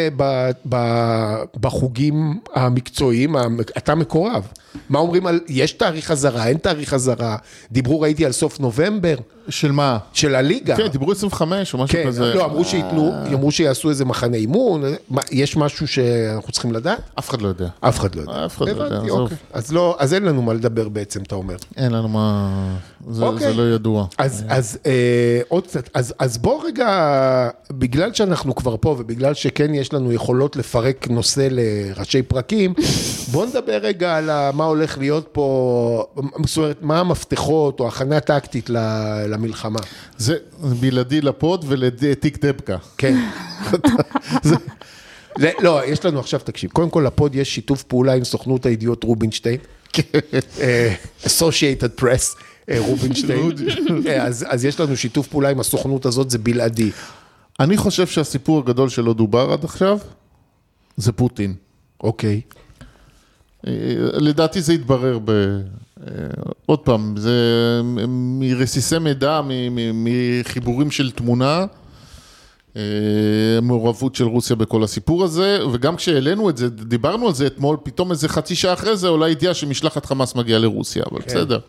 בחוגים המקצועיים, אתה מקורב? מה אומרים על, יש תאריך חזרה, אין תאריך חזרה, דיברו, ראיתי על סוף נובמבר. של מה? של הליגה. כן, דיברו 25 או משהו כזה. לא, אמרו שיעשו איזה מחנה אימון, יש משהו שאנחנו צריכים לדעת? אף אחד לא יודע. אף אחד לא יודע. אף אחד לא יודע, הבנתי, עזוב. אוקיי. אז אין לנו מה לדבר בעצם, אתה אומר. אין לנו מה... זה לא ידוע. עוד קצת, אז בוא רגע, בגלל שאנחנו כבר פה, ובגלל שכן יש לנו יכולות לפרק נושא לראשי פרקים, בוא נדבר רגע על מה הולך להיות פה, זאת אומרת, מה המפתחות או הכנה טקטית למלחמה. זה בלעדי לפוד ולתיק דבקה. כן. לא, יש לנו עכשיו, תקשיב, קודם כל לפוד יש שיתוף פעולה עם סוכנות הידיעות רובינשטיין, Associated Press רובינשטיין, אז יש לנו שיתוף פעולה עם הסוכנות הזאת, זה בלעדי. אני חושב שהסיפור הגדול שלא דובר עד עכשיו, זה פוטין. אוקיי. לדעתי זה יתברר עוד פעם, זה מרסיסי מידע, מחיבורים של תמונה, מעורבות של רוסיה בכל הסיפור הזה, וגם כשהעלינו את זה, דיברנו על זה אתמול, פתאום איזה חצי שעה אחרי זה, אולי ידיעה שמשלחת חמאס מגיעה לרוסיה, אבל בסדר.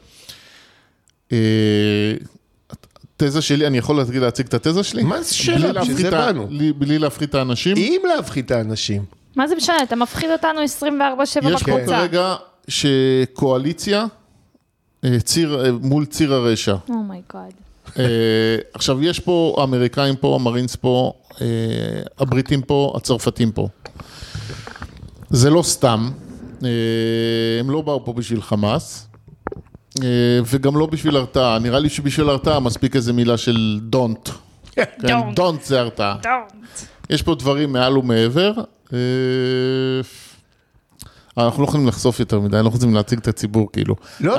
תזה שלי, אני יכול להציג את התזה שלי? מה זה שאלה? שזה באנו. בלי להפחית את האנשים? אם להפחית את האנשים. מה זה משנה? אתה מפחיד אותנו 24/7 בקבוצה. יש פה כרגע שקואליציה מול ציר הרשע. אומייגאד. עכשיו, יש פה האמריקאים פה, המרינס פה, הבריטים פה, הצרפתים פה. זה לא סתם, הם לא באו פה בשביל חמאס, וגם לא בשביל הרתעה. נראה לי שבשביל הרתעה מספיק איזו מילה של don't. don't זה הרתעה. יש פה דברים מעל ומעבר. אנחנו לא יכולים לחשוף יותר מדי, לא יכולים להציג את הציבור כאילו.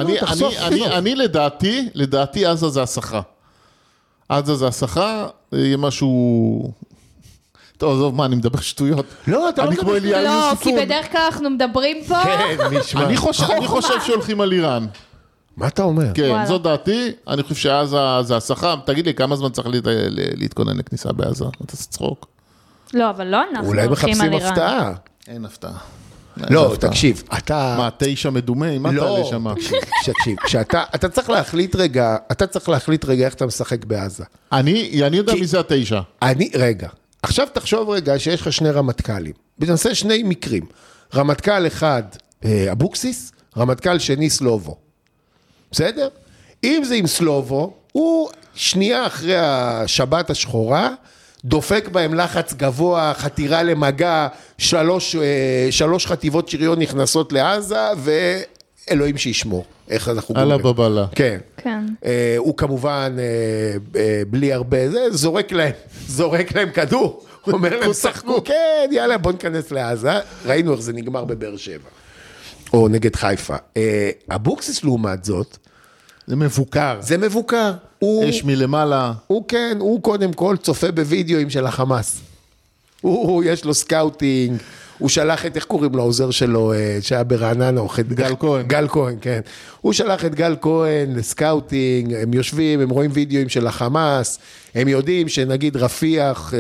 אני לדעתי עזה זה הסחה. עזה זה הסחה, יהיה משהו... טוב, עזוב, מה, אני מדבר שטויות. לא, אתה לא מדבר שטויות. לא, כי בדרך כלל אנחנו מדברים פה. כן, נשמע. אני חושב שהולכים על איראן. מה אתה אומר? כן, זו דעתי, אני חושב שעזה זה הסחה. תגיד לי, כמה זמן צריך להתכונן לכניסה בעזה? אתה צחוק. לא, אבל לא אנחנו אולי מחפשים הפתעה. אין הפתעה. לא, תקשיב, אתה... מה, 9 מדומה? מה תעלה שם? לא, תקשיב, אתה צריך להחליט רגע איך אתה משחק בעזה. אני יודע מי זה 9. רגע, עכשיו תחשוב רגע שיש לך 2 רמטכ"לים. בנושא 2 מקרים. רמטכ"ל אחד אבוקסיס, רמטכ"ל שני סלובו. בסדר? אם זה עם סלובו, הוא שנייה אחרי השבת השחורה, דופק בהם לחץ גבוה, חתירה למגע, 3 חטיבות שריון נכנסות לעזה, ואלוהים שישמור. איך אנחנו אללה בבלה. כן. כן. הוא כמובן, בלי הרבה, זורק להם כדור, הוא אומר להם, שחקו, כן, יאללה, בוא ניכנס לעזה. ראינו איך זה נגמר בבאר שבע, או נגד חיפה. אבוקסיס לעומת זאת, זה מבוקר. אש מלמעלה. הוא קודם כל צופה בווידאוים של החמאס. יש לו סקאוטינג, הוא שלח איך קוראים לו, העוזר שלו, שהיה ברעננה, גל כהן. גל כהן, כן. הוא שלח את גל כהן לסקאוטינג, הם יושבים, הם רואים וידאוים של החמאס, הם יודעים שנגיד רפיח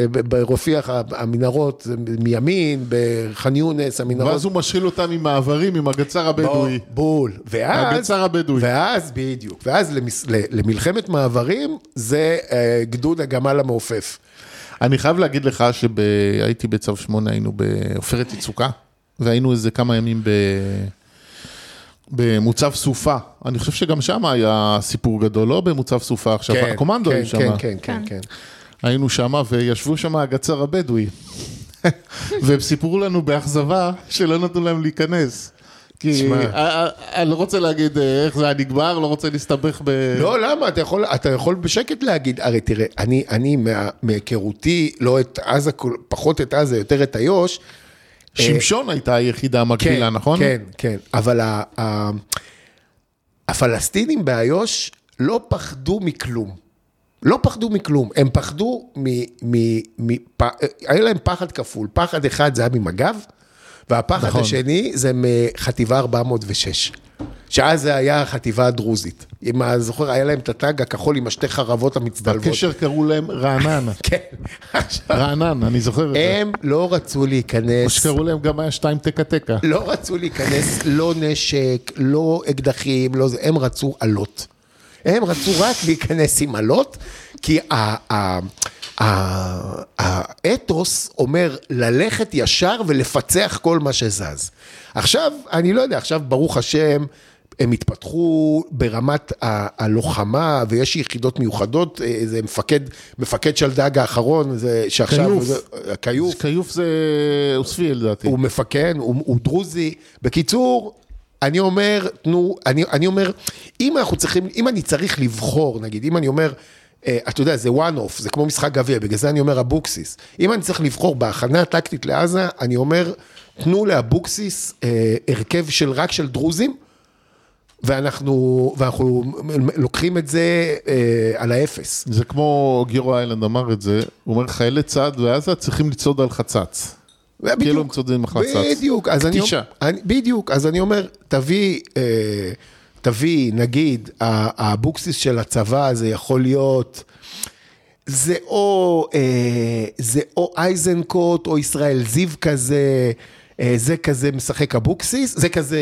המנהרות מימין, בח'אן יונס, המנהרות... ואז הוא משחיל אותם עם מעברים, עם הגצר הבדואי. בול. הגצר הבדואי. ואז, בדיוק, ואז למלחמת מעברים, זה גדוד הגמל המעופף. אני חייב להגיד לך שהייתי בצו 8, היינו בעופרת יצוקה, והיינו איזה כמה ימים במוצב סופה. אני חושב שגם שם היה סיפור גדול, לא במוצב סופה עכשיו, הקומנדו היו שם. כן. היינו שם וישבו שם הגצר הבדואי, והם סיפרו לנו באכזבה שלא נתנו להם להיכנס. כי אני לא רוצה להגיד איך זה היה נגמר, לא רוצה להסתבך לא, למה? אתה יכול בשקט להגיד, הרי תראה, אני מהיכרותי, לא את עזה, פחות את עזה, יותר את איו"ש. שמשון הייתה היחידה המקבילה, נכון? כן, אבל הפלסטינים באיו"ש לא פחדו מכלום. לא פחדו מכלום, הם פחדו היה להם פחד כפול, פחד אחד זה היה ממג"ב, והפחד השני זה מחטיבה 406. שאז זה היה החטיבה הדרוזית. אם זוכר, היה להם את הטאג הכחול עם השתי חרבות המצטלבות. בקשר קראו להם רענן. כן. רענן, אני זוכר את זה. הם לא רצו להיכנס. מה שקראו להם גם היה 2 תקה. לא רצו להיכנס, לא נשק, לא אקדחים, לא זה. הם רצו עלות. הם רצו רק להיכנס עם עלות, כי האתוס אומר ללכת ישר ולפצח כל מה שזז. עכשיו, אני לא יודע, עכשיו ברוך השם, הם התפתחו ברמת הלוחמה, ויש יחידות מיוחדות, זה מפקד שלדג האחרון, זה שעכשיו... קיוף. קיוף זה אוספי, לדעתי. הוא מפקד, הוא דרוזי. בקיצור, אני אומר, אני אומר, אם אני צריך לבחור, נגיד, אם אני אומר, אתה יודע, זה one off, זה כמו משחק גביע, בגלל זה אני אומר אבוקסיס. אם אני צריך לבחור בהכנה הטקטית לעזה, אני אומר, תנו הרכב רק של דרוזים, ואנחנו לוקחים את זה על האפס. זה כמו גירו איילנד אמר את זה, הוא אומר, חיילי צעד בעזה צריכים לצעוד על חצץ. כאילו הם צועדים על חצץ. בדיוק, אז אני אומר, תביא, נגיד, האבוקסיס של הצבא, זה יכול להיות, זה או אייזנקוט, או ישראל זיו כזה, זה כזה משחק אבוקסיס, זה כזה...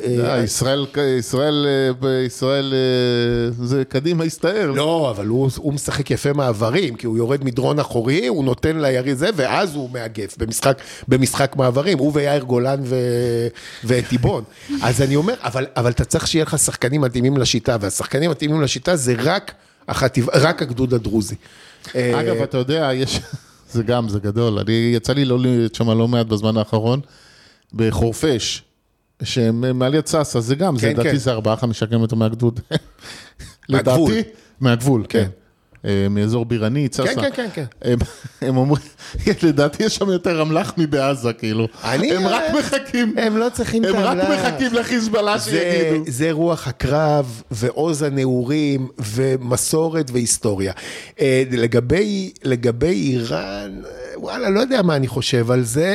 ישראל, זה קדימה הסתער. לא, אבל הוא משחק יפה מעברים, כי הוא יורד מדרון אחורי, הוא נותן לירי זה, ואז הוא מאגף במשחק מעברים, הוא ויאיר גולן וטיבון. אז אני אומר, אבל אתה צריך שיהיה לך שחקנים מתאימים לשיטה, והשחקנים מתאימים לשיטה זה רק הגדוד הדרוזי. אגב, אתה יודע, זה גדול, יצא לי לא מעט בזמן האחרון, בחורפש, שמעליית ססה, זה גם, זה לדעתי זה 4-5 קילומטר מהגדוד. לדעתי, מהגבול, כן. מאזור בירני, ססה. כן. הם אומרים, לדעתי יש שם יותר אמל"ח מבעזה, כאילו. הם רק מחכים. הם לא צריכים את האמל"ח. הם רק מחכים לחיזבאללה שיגידו. זה רוח הקרב, ועוז הנעורים, ומסורת והיסטוריה. לגבי איראן, וואלה, לא יודע מה אני חושב על זה.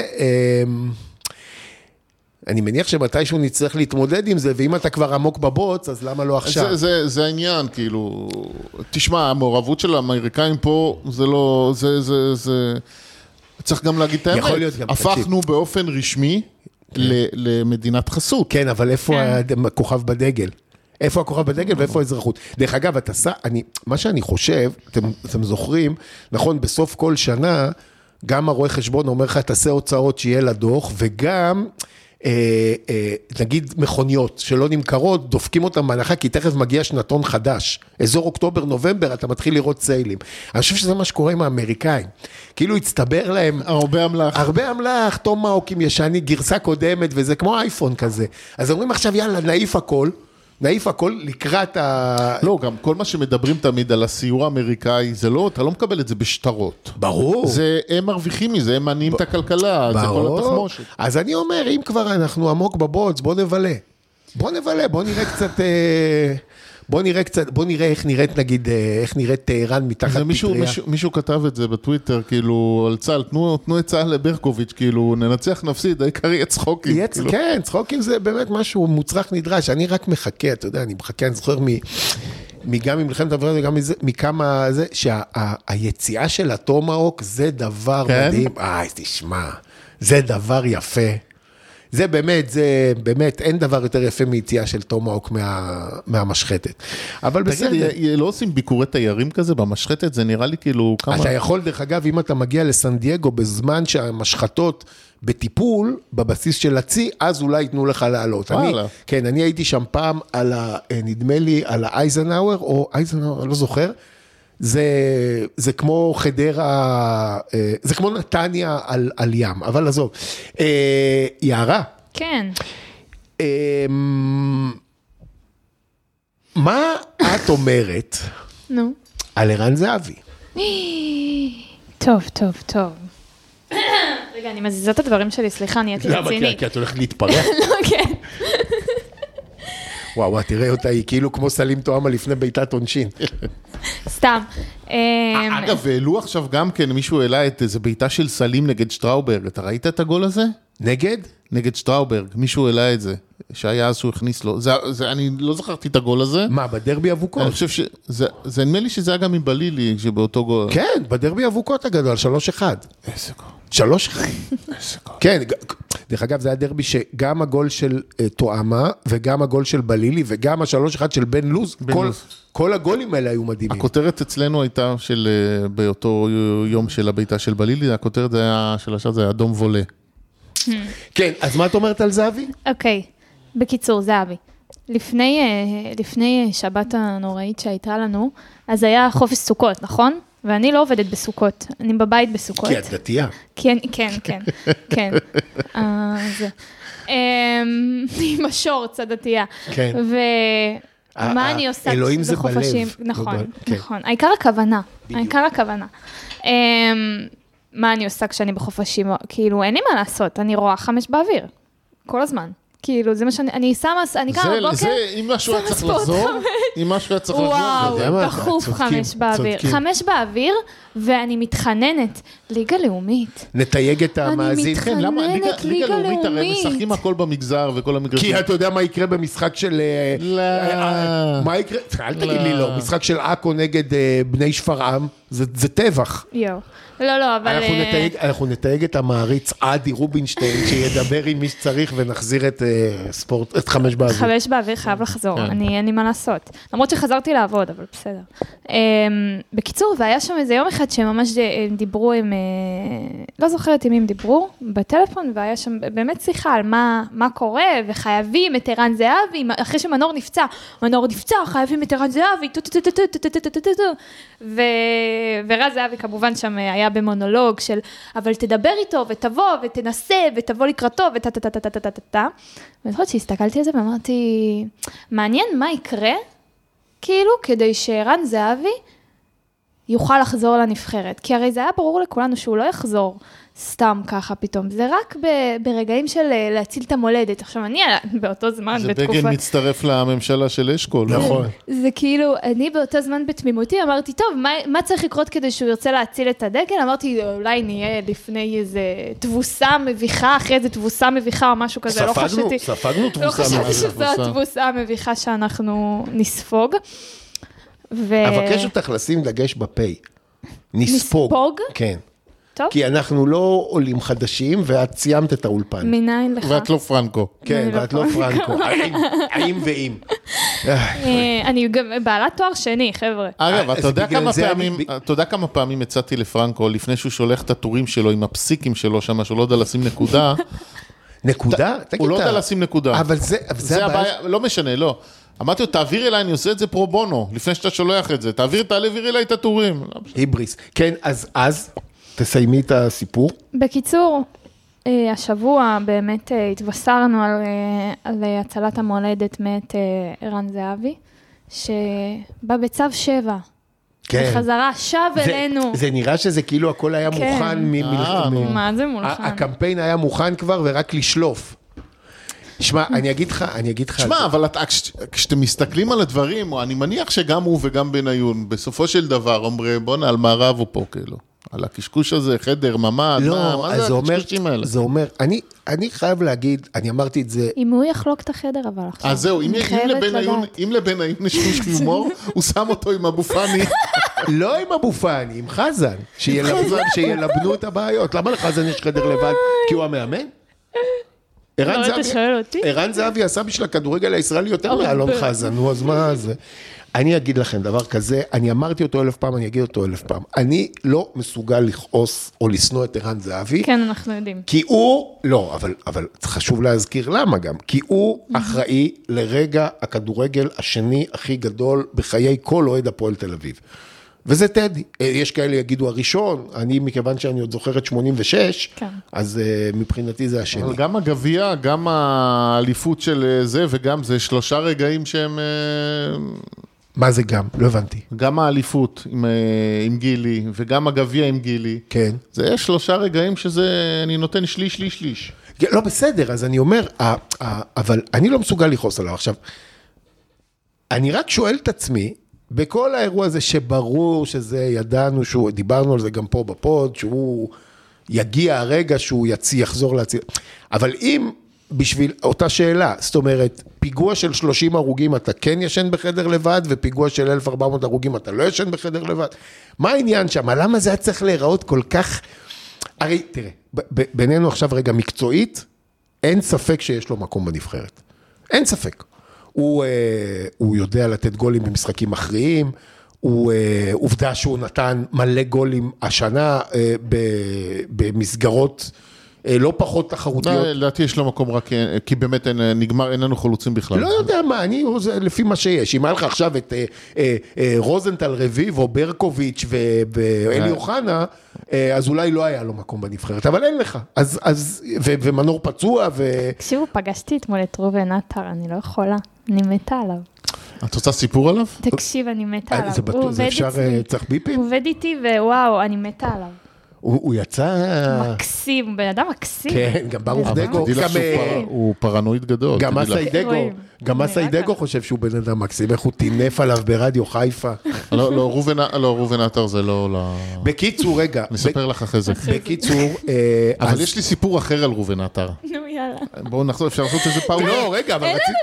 אני מניח שמתישהו נצטרך להתמודד עם זה, ואם אתה כבר עמוק בבוץ, אז למה לא עכשיו? זה העניין, כאילו, תשמע, המעורבות של האמריקאים פה, זה לא, זה, צריך גם להגיד את האמת. יכול להיות גם, הפכנו באופן רשמי למדינת חסות. כן, אבל איפה הכוכב בדגל? איפה הכוכב בדגל ואיפה האזרחות? דרך אגב, מה שאני חושב, אתם זוכרים, נכון, בסוף כל שנה, גם הרואה חשבון אומר לך, תעשה הוצאות שיהיה לדוח, וגם... נגיד מכוניות שלא נמכרות, דופקים אותם בהנחה, כי תכף מגיע שנתון חדש. אזור אוקטובר-נובמבר, אתה מתחיל לראות סיילים. אני חושב שזה מה שקורה עם האמריקאים. כאילו הצטבר להם... הרבה אמל"ח, טומהאוקים ישני, גרסה קודמת, וזה כמו אייפון כזה. אז אומרים עכשיו, יאללה, נעיף הכל לקראת לא, גם כל מה שמדברים תמיד על הסיור האמריקאי, זה לא, אתה לא מקבל את זה בשטרות. ברור. הם מרוויחים מזה, הם מניעים את הכלכלה, זה כל התחמושת. אז אני אומר, אם כבר אנחנו עמוק בבוץ, בוא נבלה, בוא נראה איך נראית, נגיד, איך נראית טהרן מתחת פטריה. מישהו כתב את זה בטוויטר, כאילו, על צה"ל, תנו את צה"ל לברקוביץ', כאילו, ננצח נפסיד, העיקר יהיה צחוקים. כן, צחוקים זה באמת משהו מוצרך נדרש, אני רק מחכה, אתה יודע, אני מחכה, אני זוכר גם ממלחמת העבודה וגם מכמה זה, שהיציאה של הטומהאוק זה דבר מדהים. תשמע, זה דבר יפה. זה באמת, אין דבר יותר יפה מיציאה של טומהאוק מהמשחטת. אבל בסדר. תגיד, לא עושים ביקורי תיירים כזה במשחטת? זה נראה לי כאילו כמה... אתה יכול, דרך אגב, אם אתה מגיע לסן דייגו, בזמן שהמשחטות בטיפול, בבסיס של הצי, אז אולי ייתנו לך לעלות. כן, אני הייתי שם פעם נדמה לי, על האייזנהאואר, או אייזנהאואר, אני לא זוכר, זה כמו חדרה, זה כמו נתניה על ים, אבל עזוב. יערה. כן. מה את אומרת על ערן זהבי? טוב. רגע, אני מזיזה את הדברים שלי, סליחה, נהייתי רצינית. למה? כי את הולכת להתפרח? לא, כן. וואו, תראה אותה, היא כאילו כמו סלים תואמה לפני ביתת עונשין. סתם. אגב, העלו עכשיו גם כן, מישהו העלה את איזה ביתה של סלים נגד שטראובר, אתה ראית את הגול הזה? נגד? נגד שטראוברג, מישהו העלה את זה, שהיה אז שהוא הכניס לו, אני לא זכרתי את הגול הזה. מה, בדרבי אבוקות? אני חושב זה נדמה לי שזה היה גם מבלילי, שבאותו גול. כן, בדרבי אבוקות הגדול, 3-1. איזה גול. 3-1. איזה גול. כן, דרך אגב, זה היה דרבי שגם הגול של תואמה, וגם הגול של בלילי, וגם ה-3-1 של בן לוז, כל הגולים האלה היו מדהימים. הכותרת אצלנו הייתה באותו יום של הביתה של בלילי, הכותרת של השעה זה היה אדום וולה. כן, אז מה את אומרת על זהבי? אוקיי, בקיצור, זהבי. לפני שבת הנוראית שהייתה לנו, אז היה חופש סוכות, נכון? ואני לא עובדת בסוכות, אני בבית בסוכות. כי את דתייה. כן. עם השורץ הדתייה. כן. ומה אני עושה אלוהים זה בחופשים? בלב. נכון. העיקר הכוונה. מה אני עושה כשאני בחופשים? כאילו, אין לי מה לעשות, אני רואה 5 באוויר. כל הזמן. כאילו, זה מה אני שמה, אני קמה בבוקר, זה, אם משהו היה צריך לחזור, וואו, דחוף 5 באוויר. 5 באוויר, ואני מתחננת, ליגה לאומית. נתייג את המאזין. אני מתחננת, ליגה לאומית. הרי משחקים הכל במגזר וכל המגרשים. כי אתה יודע מה יקרה במשחק של... לא. מה יקרה? אל תגיד לי לא. משחק של עכו נגד בני שפרעם, זה טבח. יו. לא, אבל... אנחנו נתייג את המעריץ עדי רובינשטיין, שידבר עם מי שצריך ונחזיר את ספורט, את 5 באוויר. 5 באוויר חייב לחזור, אין לי מה לעשות. למרות שחזרתי לעבוד, אבל בסדר. בקיצור, והיה שם איזה יום אחד שממש דיברו עם... לא זוכרת עם מי הם דיברו, בטלפון, והיה שם באמת שיחה על מה קורה, וחייבים את ערן זהבי, אחרי שמנור נפצע, חייבים את ערן זהבי, ורז זהבי כמובן שם היה במונולוג של, אבל תדבר איתו, ותבוא, ותנסה, ותבוא לקראתו, ואני חושבת שהסתכלתי על זה, ואמרתי, מעניין מה יקרה, כאילו, כדי שערן זהבי יוכל לחזור לנבחרת, כי הרי זה היה ברור לכולנו שהוא לא יחזור סתם ככה פתאום, זה רק ברגעים של להציל את המולדת. עכשיו אני באותו זמן זה בגין מצטרף לממשלה של אשכול. נכון. זה כאילו, אני באותו זמן בתמימותי, אמרתי, טוב, מה צריך לקרות כדי שהוא ירצה להציל את הדגל? אמרתי, אולי נהיה לפני איזה תבוסה מביכה, אחרי איזה תבוסה מביכה או משהו כזה. ספגנו תבוסה. לא חשבתי שזו התבוסה המביכה שאנחנו נספוג. אבקש אותך לשים דגש בפי. נספוג? כן. טוב. כי אנחנו לא עולים חדשים, ואת סיימת את האולפן. מניין לך. ואת לא פרנקו. כן, ואת לא פרנקו. האם ואם. אני גם בעלת תואר שני, חבר'ה. אגב, אתה יודע כמה פעמים הצעתי לפרנקו, לפני שהוא שולח את הטורים שלו, עם הפסיקים שלו שם, שהוא לא יודע לשים נקודה. נקודה? הוא לא יודע לשים נקודה. אבל זה הבעיה. לא משנה, לא. אמרתי לו, תעביר אליי, אני עושה את זה פרו בונו, לפני שאתה שולח את זה. תעביר אליי את הטורים. היבריס. כן, אז תסיימי את הסיפור. בקיצור, השבוע באמת התבשרנו על הצלת המולדת מאת ערן זהבי, שבא בצו 7. כן. בחזרה, שב אלינו. זה נראה שזה כאילו הכל היה מוכן. מה זה מולכן? הקמפיין היה מוכן כבר ורק לשלוף. תשמע, אני אגיד לך... תשמע, אבל כשאתם מסתכלים על הדברים, אני מניח שגם הוא וגם בניון, בסופו של דבר, אומרים, בוא על מערב הוא פה, כאילו. על הקשקוש הזה, חדר, ממד, מה זה הקשקושים האלה? זה אומר, אני חייב להגיד, אני אמרתי את זה... אם הוא יחלוק את החדר, אבל עכשיו. אז זהו, אם לבניון יש חוש הומור, הוא שם אותו עם אבו פאני. לא עם אבו פאני, עם חזן, שילבנו את הבעיות. למה לחזן יש חדר לבד? כי הוא המאמן? ערן זהבי עשה בשביל הכדורגל הישראלי יותר מאלון חזן, נו, אז מה זה? אני אגיד לכם דבר כזה, אני אמרתי אותו 1000 פעם, אני אגיד אותו 1000 פעם. אני לא מסוגל לכעוס או לשנוא את ערן זהבי. כן, אנחנו יודעים. כי הוא, לא, אבל חשוב להזכיר למה גם, כי הוא אחראי לרגע הכדורגל השני הכי גדול בחיי כל אוהד הפועל תל אביב. וזה טדי. יש כאלה יגידו הראשון, אני מכיוון שאני עוד זוכרת 86, כן. אז מבחינתי זה השני. אבל גם הגביע, גם האליפות של זה, וגם זה 3 רגעים שהם... מה זה גם? לא הבנתי. גם האליפות עם גילי, וגם הגביע עם גילי. כן. זה 3 רגעים שזה, אני נותן שליש. לא, בסדר, אז אני אומר, אבל אני לא מסוגל לכעוס עליו. עכשיו, אני רק שואל את עצמי, בכל האירוע הזה שברור שזה ידענו, דיברנו על זה גם פה בפוד, שהוא יגיע הרגע שהוא יחזור להציל. אבל אם בשביל אותה שאלה, זאת אומרת, פיגוע של 30 הרוגים אתה כן ישן בחדר לבד, ופיגוע של 1400 הרוגים אתה לא ישן בחדר לבד. מה העניין שם? למה זה היה צריך להיראות כל כך... הרי, תראה, בינינו עכשיו רגע מקצועית, אין ספק שיש לו מקום בנבחרת. אין ספק. הוא יודע לתת גולים במשחקים מכריעים, הוא עובדה שהוא נתן מלא גולים השנה במסגרות לא פחות תחרותיות. לדעתי יש לו מקום רק, כי באמת נגמר, אין לנו חלוצים בכלל. לא יודע מה, לפי מה שיש. אם היה לך עכשיו את רוזנטל רביבו, ברקוביץ' ואלי אוחנה, אז אולי לא היה לו מקום בנבחרת, אבל אין לך. ומנור פצוע תקשיבו, פגשתי אתמול את ראובן עטר, אני לא יכולה, אני מתה עליו. את רוצה סיפור עליו? תקשיב, אני מתה עליו. זה אפשר, צריך ביפים? הוא עובד איתי ווואו, אני מתה עליו. הוא יצא... מקסים, בן אדם מקסים. כן, גם ברוך דגו. הוא פרנואיד גדול. גם מסי דגו חושב שהוא בן אדם מקסים, איך הוא טינף עליו ברדיו חיפה. לא, ראובן עטר זה לא... בקיצור, רגע. נספר לך אחרי זה. בקיצור... אבל יש לי סיפור אחר על ראובן עטר. נו, יאללה. בואו נחזור, אפשר לעשות איזה פעם. לא, רגע,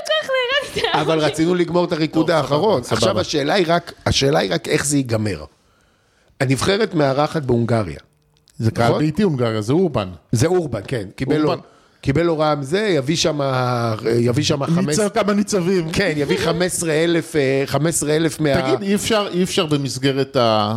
אבל רצינו לגמור את הריקוד האחרון. עכשיו השאלה היא רק איך זה ייגמר. הנבחרת מארחת בהונגריה. זה קהל ביתי הונגריה, זה אורבן. זה אורבן, כן. קיבל הוראה מזה, יביא שם ניצב כמה ניצבים. כן, יביא 15,000 מה... תגיד, אי אפשר במסגרת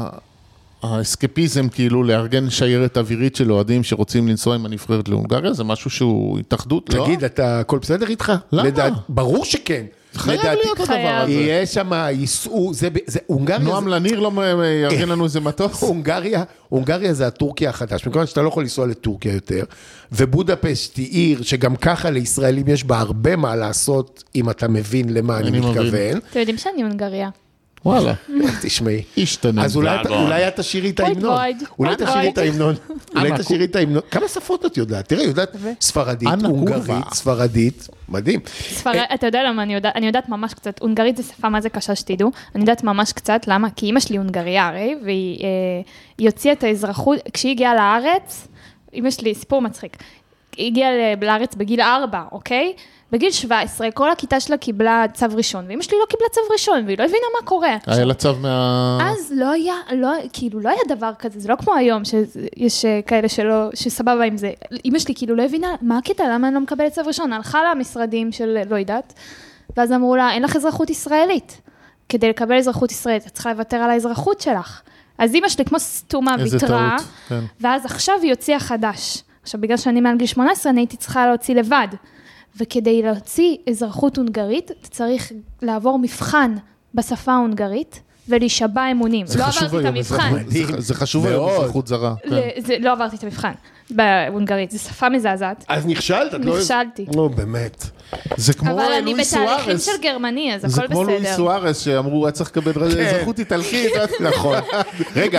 האסקפיזם, כאילו, לארגן שיירת אווירית של אוהדים שרוצים לנסוע עם הנבחרת להונגריה? זה משהו שהוא התאחדות, לא? תגיד, אתה הכל בסדר איתך? למה? ברור שכן. חייב להיות הדבר הזה. יהיה שם, ייסעו, זה הונגריה... נועם לניר לא יארגן לנו איזה מטוס? הונגריה זה הטורקיה החדש, מכיוון שאתה לא יכול לנסוע לטורקיה יותר, ובודפשט היא עיר שגם ככה לישראלים יש בה הרבה מה לעשות, אם אתה מבין למה אני מתכוון. אתם יודעים שאני הונגריה. וואלה. תשמעי. השתנה. אז אולי את תשאירי את ההמנון. אולי תשאירי את ההמנון. כמה שפות את יודעת? תראה, יודעת ספרדית, הונגרית, ספרדית, מדהים. אתה יודע למה אני יודעת ממש קצת, הונגרית זה שפה מה זה קשה שתדעו, אני יודעת ממש קצת, למה? כי אמא שלי הונגריה הרי, והיא הוציאה את האזרחות, כשהיא הגיעה לארץ, אמא שלי, סיפור מצחיק, היא הגיעה לארץ בגיל 4, אוקיי? בגיל 17, כל הכיתה שלה קיבלה צו ראשון, ואמא שלי לא קיבלה צו ראשון, והיא לא הבינה מה קורה. היה לה צו אז לא היה דבר כזה, זה לא כמו היום, שיש כאלה שסבבה עם זה. אמא שלי כאילו לא הבינה, מה הקטע, למה אני לא מקבלת צו ראשון? הלכה למשרדים של לא יודעת, ואז אמרו לה, אין לך אזרחות ישראלית. כדי לקבל אזרחות ישראלית, את צריכה לוותר על האזרחות שלך. אז אמא שלי כמו סתומה ויתרה, ואז עכשיו היא הוציאה חדש. עכשיו, בגלל שאני מעל גיל 18, אני הייתי צריכה להוציא לבד. וכדי להוציא אזרחות הונגרית, אתה צריך לעבור מבחן בשפה ההונגרית, ולהישבע אמונים. לא עברתי את המבחן. זה חשוב היום, אזרחות זרה. לא עברתי את המבחן בהונגרית, זו שפה מזעזעת. אז נכשלת? נכשלתי. לא, באמת. זה כמו אבל אני לואי בתהליכים סוארס. של גרמני, אז הכל זה בסדר. כמו לואי סוארס, שאמרו, היה צריך לקבל אזרחות איטלקית. נכון. רגע,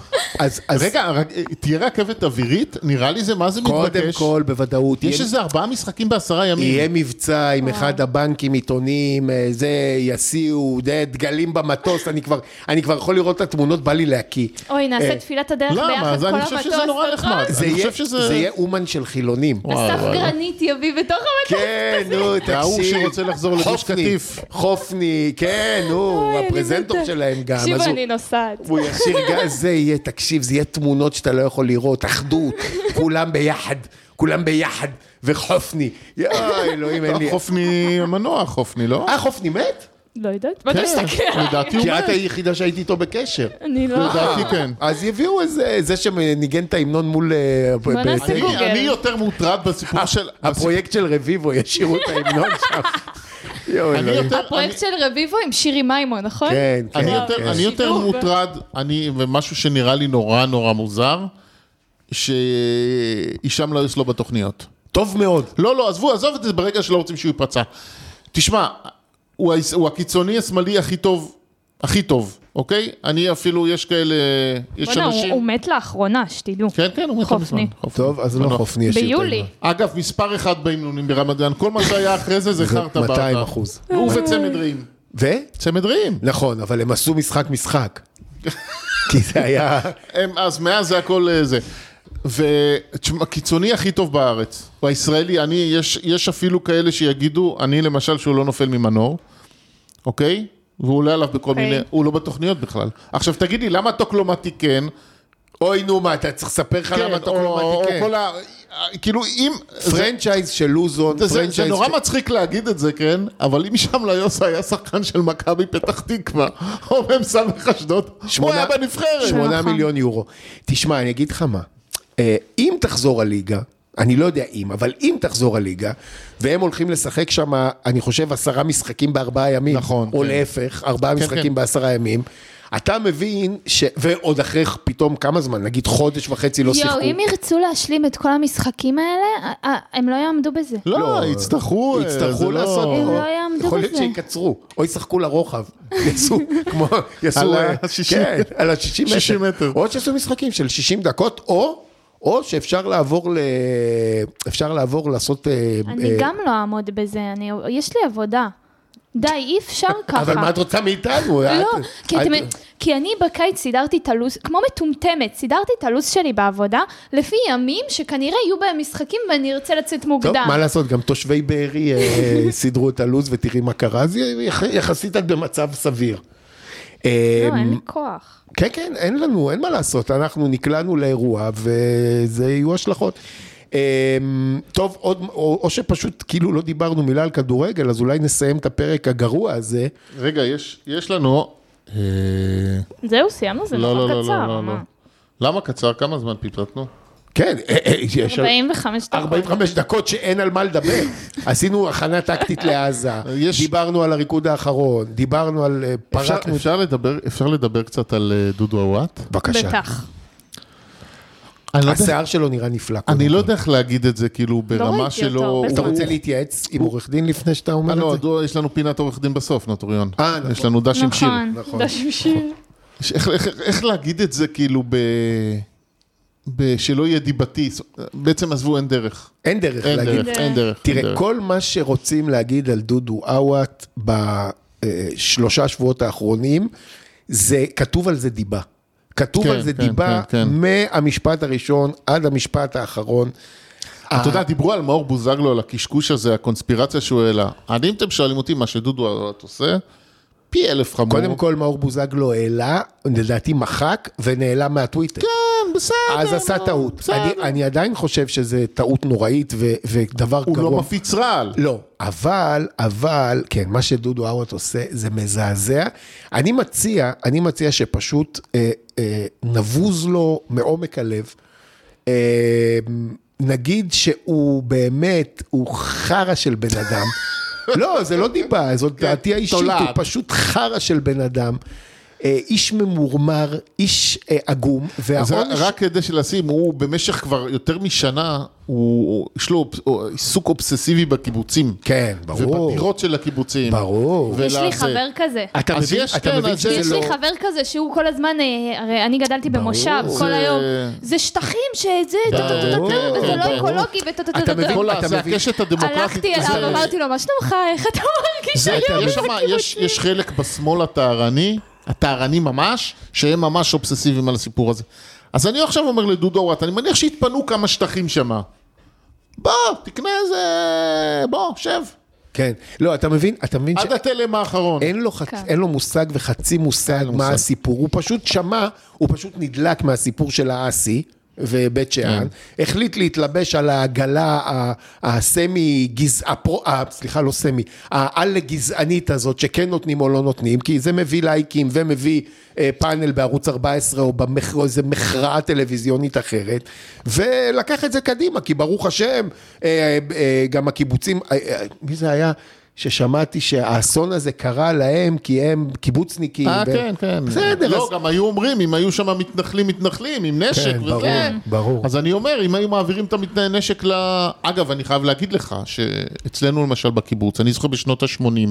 תהיה רכבת אווירית, נראה לי זה מה זה מתבקש. קודם כל, בוודאות. יש איזה 4 משחקים ב10 ימים. יהיה מבצע עם אחד הבנקים, עיתונים, זה יסיעו, דגלים במטוס, אני כבר יכול לראות את התמונות, בא לי להקיא. אוי, נעשה תפילת הדרך ביחד, כל המטוס. אני חושב שזה נורא נחמד. זה יהיה אומן של חילונים. אסף גרנית יביא בתוך המטוס. כן, נו, תקשיב. ההוא שרוצה לחזור לגוש קטיף. חופני, כן, נו, הפרזנטור שלהם גם. תקשיבו, אני נוסעת. הוא ישיר גז, זה יהיה, תקשיב, זה יהיה תמונות שאתה לא יכול לראות, אחדות, כולם ביחד, וחופני. יאי, אלוהים, אין לי. חופני מנוע, חופני, לא? חופני מת? לא יודעת, מה אתה מסתכל? לדעתי הוא כי מת. את היחידה שהייתי איתו בקשר. אני לא... לדעתי כן. אז יביאו זה שניגן את ההמנון מול... בוא נעשה גוגל. אני יותר מוטרד בסיפור של... הפרויקט של רביבו, ישירו את ההמנון שם. הפרויקט של רביבו עם שירי מימון, נכון? כן, כן. אני יותר מוטרד, ומשהו שנראה לי נורא נורא מוזר, שאישם לא יסלו בתוכניות. טוב מאוד. לא, עזוב את זה ברגע שלא רוצים שהוא ייפצע. תשמע, הוא הקיצוני השמאלי הכי טוב, אוקיי? אני אפילו, יש כאלה, יש אנשים... הוא מת לאחרונה, שתדעו. כן, הוא מת מזמן. טוב, אז לא חופני ישיר. ביולי. אגב, מספר 1 בהמנונים ברמת גן, כל מה שהיה אחרי זה חרטה באתה. 200%. הוא וצמד רעים. צמד רעים. נכון, אבל הם עשו משחק. כי זה היה... אז מאז זה הכל זה. וקיצוני הכי טוב בארץ, הוא הישראלי, יש אפילו כאלה שיגידו, אני למשל שהוא לא נופל ממנור, אוקיי? והוא עולה עליו בכל מיני, הוא לא בתוכניות בכלל. עכשיו תגידי, למה טוקלומטי כן? אוי נו מה, אתה צריך לספר לך למה טוקלומטי כן. כאילו אם... פרנצ'ייז של לוזון, זה נורא מצחיק להגיד את זה, כן? אבל אם שם ליוסה היה שחקן של מכבי פתח תקווה, או במסמך אשדוד, הוא היה בנבחרת. 8 מיליון יורו. תשמע, אני אגיד לך מה, אם תחזור הליגה, אני לא יודע אם, אבל אם תחזור הליגה, והם הולכים לשחק שם, אני חושב 10 משחקים ב4 ימים, נכון, או כן. להפך, 4 משחקים ב10 ימים, אתה מבין ועוד אחרי פתאום כמה זמן, נגיד חודש וחצי לא שיחקו. אם ירצו להשלים את כל המשחקים האלה, הם לא יעמדו בזה. לא, יצטרכו לעשות. הם לא יעמדו בזה. יכול להיות שיקצרו, או ישחקו לרוחב, יעשו, על ה-60 מטר. או שיעשו משחקים של 60 דקות, או שאפשר לעבור לעשות... אני גם לא אעמוד בזה, יש לי עבודה. די, אי אפשר ככה. אבל מה את רוצה מאיתנו? לא, כי אני בקיץ סידרתי את הלו"ז, כמו מטומטמת, סידרתי את הלו"ז שלי בעבודה, לפי ימים שכנראה יהיו בהם משחקים ואני ארצה לצאת מוקדם. טוב, מה לעשות, גם תושבי בארי סידרו את הלו"ז ותראי מה קרה, אז יחסית את במצב סביר. לא, אין לי כוח. כן, כן, אין לנו, אין מה לעשות, אנחנו נקלענו לאירוע וזה יהיו השלכות. טוב, או שפשוט כאילו לא דיברנו מילה על כדורגל, אז אולי נסיים את הפרק הגרוע הזה. רגע, יש לנו... זהו, סיימנו, זה נורא קצר. לא. למה קצר? כמה זמן פיפטנו? כן, יש 45 דקות. 45 דקות שאין על מה לדבר. עשינו הכנה טקטית לעזה, דיברנו על הריקוד האחרון, דיברנו על... אפשר לדבר קצת על דודו אוואט? בבקשה. בטח. השיער שלו נראה נפלא. אני לא יודע איך להגיד את זה, כאילו ברמה שלו... אתה רוצה להתייעץ עם עורך דין לפני שאתה אומר את זה? לא, יש לנו פינת עורך דין בסוף, נוטוריון. יש לנו דש עם שיר. נכון, דש עם שיר. איך להגיד את זה כאילו שלא יהיה דיבתי, בעצם עזבו אין דרך. אין דרך להגיד. אין דרך. תראה, כל מה שרוצים להגיד על דודו אוואט בשלושה שבועות האחרונים, זה כתוב על זה דיבה. כתוב על זה דיבה מהמשפט הראשון עד המשפט האחרון. אתה יודע, דיברו על מאור בוזגלו, על הקשקוש הזה, הקונספירציה שהוא העלה. אם אתם שואלים אותי מה שדודו אוואט עושה, פי 1000 חמור. קודם כל מאור בוזגלו העלה, לדעתי מחק ונעלם מהטוויטר. כן, בסדר. אז עשה טעות. אני עדיין חושב שזה טעות נוראית ודבר גרוע. הוא לא מפיץ רעל. לא, אבל, כן, מה שדודו אוואט עושה זה מזעזע. אני מציע שפשוט נבוז לו מעומק הלב. נגיד שהוא באמת, הוא חרא של בן אדם. לא, זה לא דיבה, זאת דעתי האישית, הוא פשוט חרא של בן אדם. איש ממורמר, איש עגום, רק כדי שלשים, הוא במשך כבר יותר משנה, יש לו עיסוק אובססיבי בקיבוצים. כן, ברור. ובדירות של הקיבוצים. ברור. יש לי חבר כזה. אתה מבין שזה לא... יש לי חבר כזה שהוא כל הזמן, הרי אני גדלתי במושב כל היום, זה שטחים שזה, וזה לא אקולוגי, זה הקשת הדמוקרטית. הלכתי אליו, אמרתי לו, מה שלומך, איך אתה מרגיש היום? יש חלק בשמאל הטהרני ממש, שהם ממש אובססיביים על הסיפור הזה. אז אני עכשיו אומר לדודו אוואט, אני מניח שהתפנו כמה שטחים שם. בוא, תקנה איזה... בוא, שב. כן. לא, אתה מבין עד התלם האחרון. אין לו מושג וחצי מושג מה הסיפור. הוא פשוט שמע, הוא פשוט נדלק מהסיפור של האסי, ובית שאן, החליט להתלבש על העגלה הסמי סליחה, לא סמי, העל גזענית הזאת, שכן נותנים או לא נותנים, כי זה מביא לייקים ומביא פאנל בערוץ 14 או איזה מכרעה טלוויזיונית אחרת, ולקח את זה קדימה, כי ברוך השם, גם הקיבוצים, מי זה היה? ששמעתי שהאסון הזה קרה להם, כי הם קיבוצניקים. כן, כן. בסדר. לא, גם היו אומרים, אם היו שם מתנחלים, עם נשק וזה. ברור. אז אני אומר, אם היו מעבירים את הנשק אגב, אני חייב להגיד לך, שאצלנו למשל בקיבוץ, אני זוכר בשנות ה-80,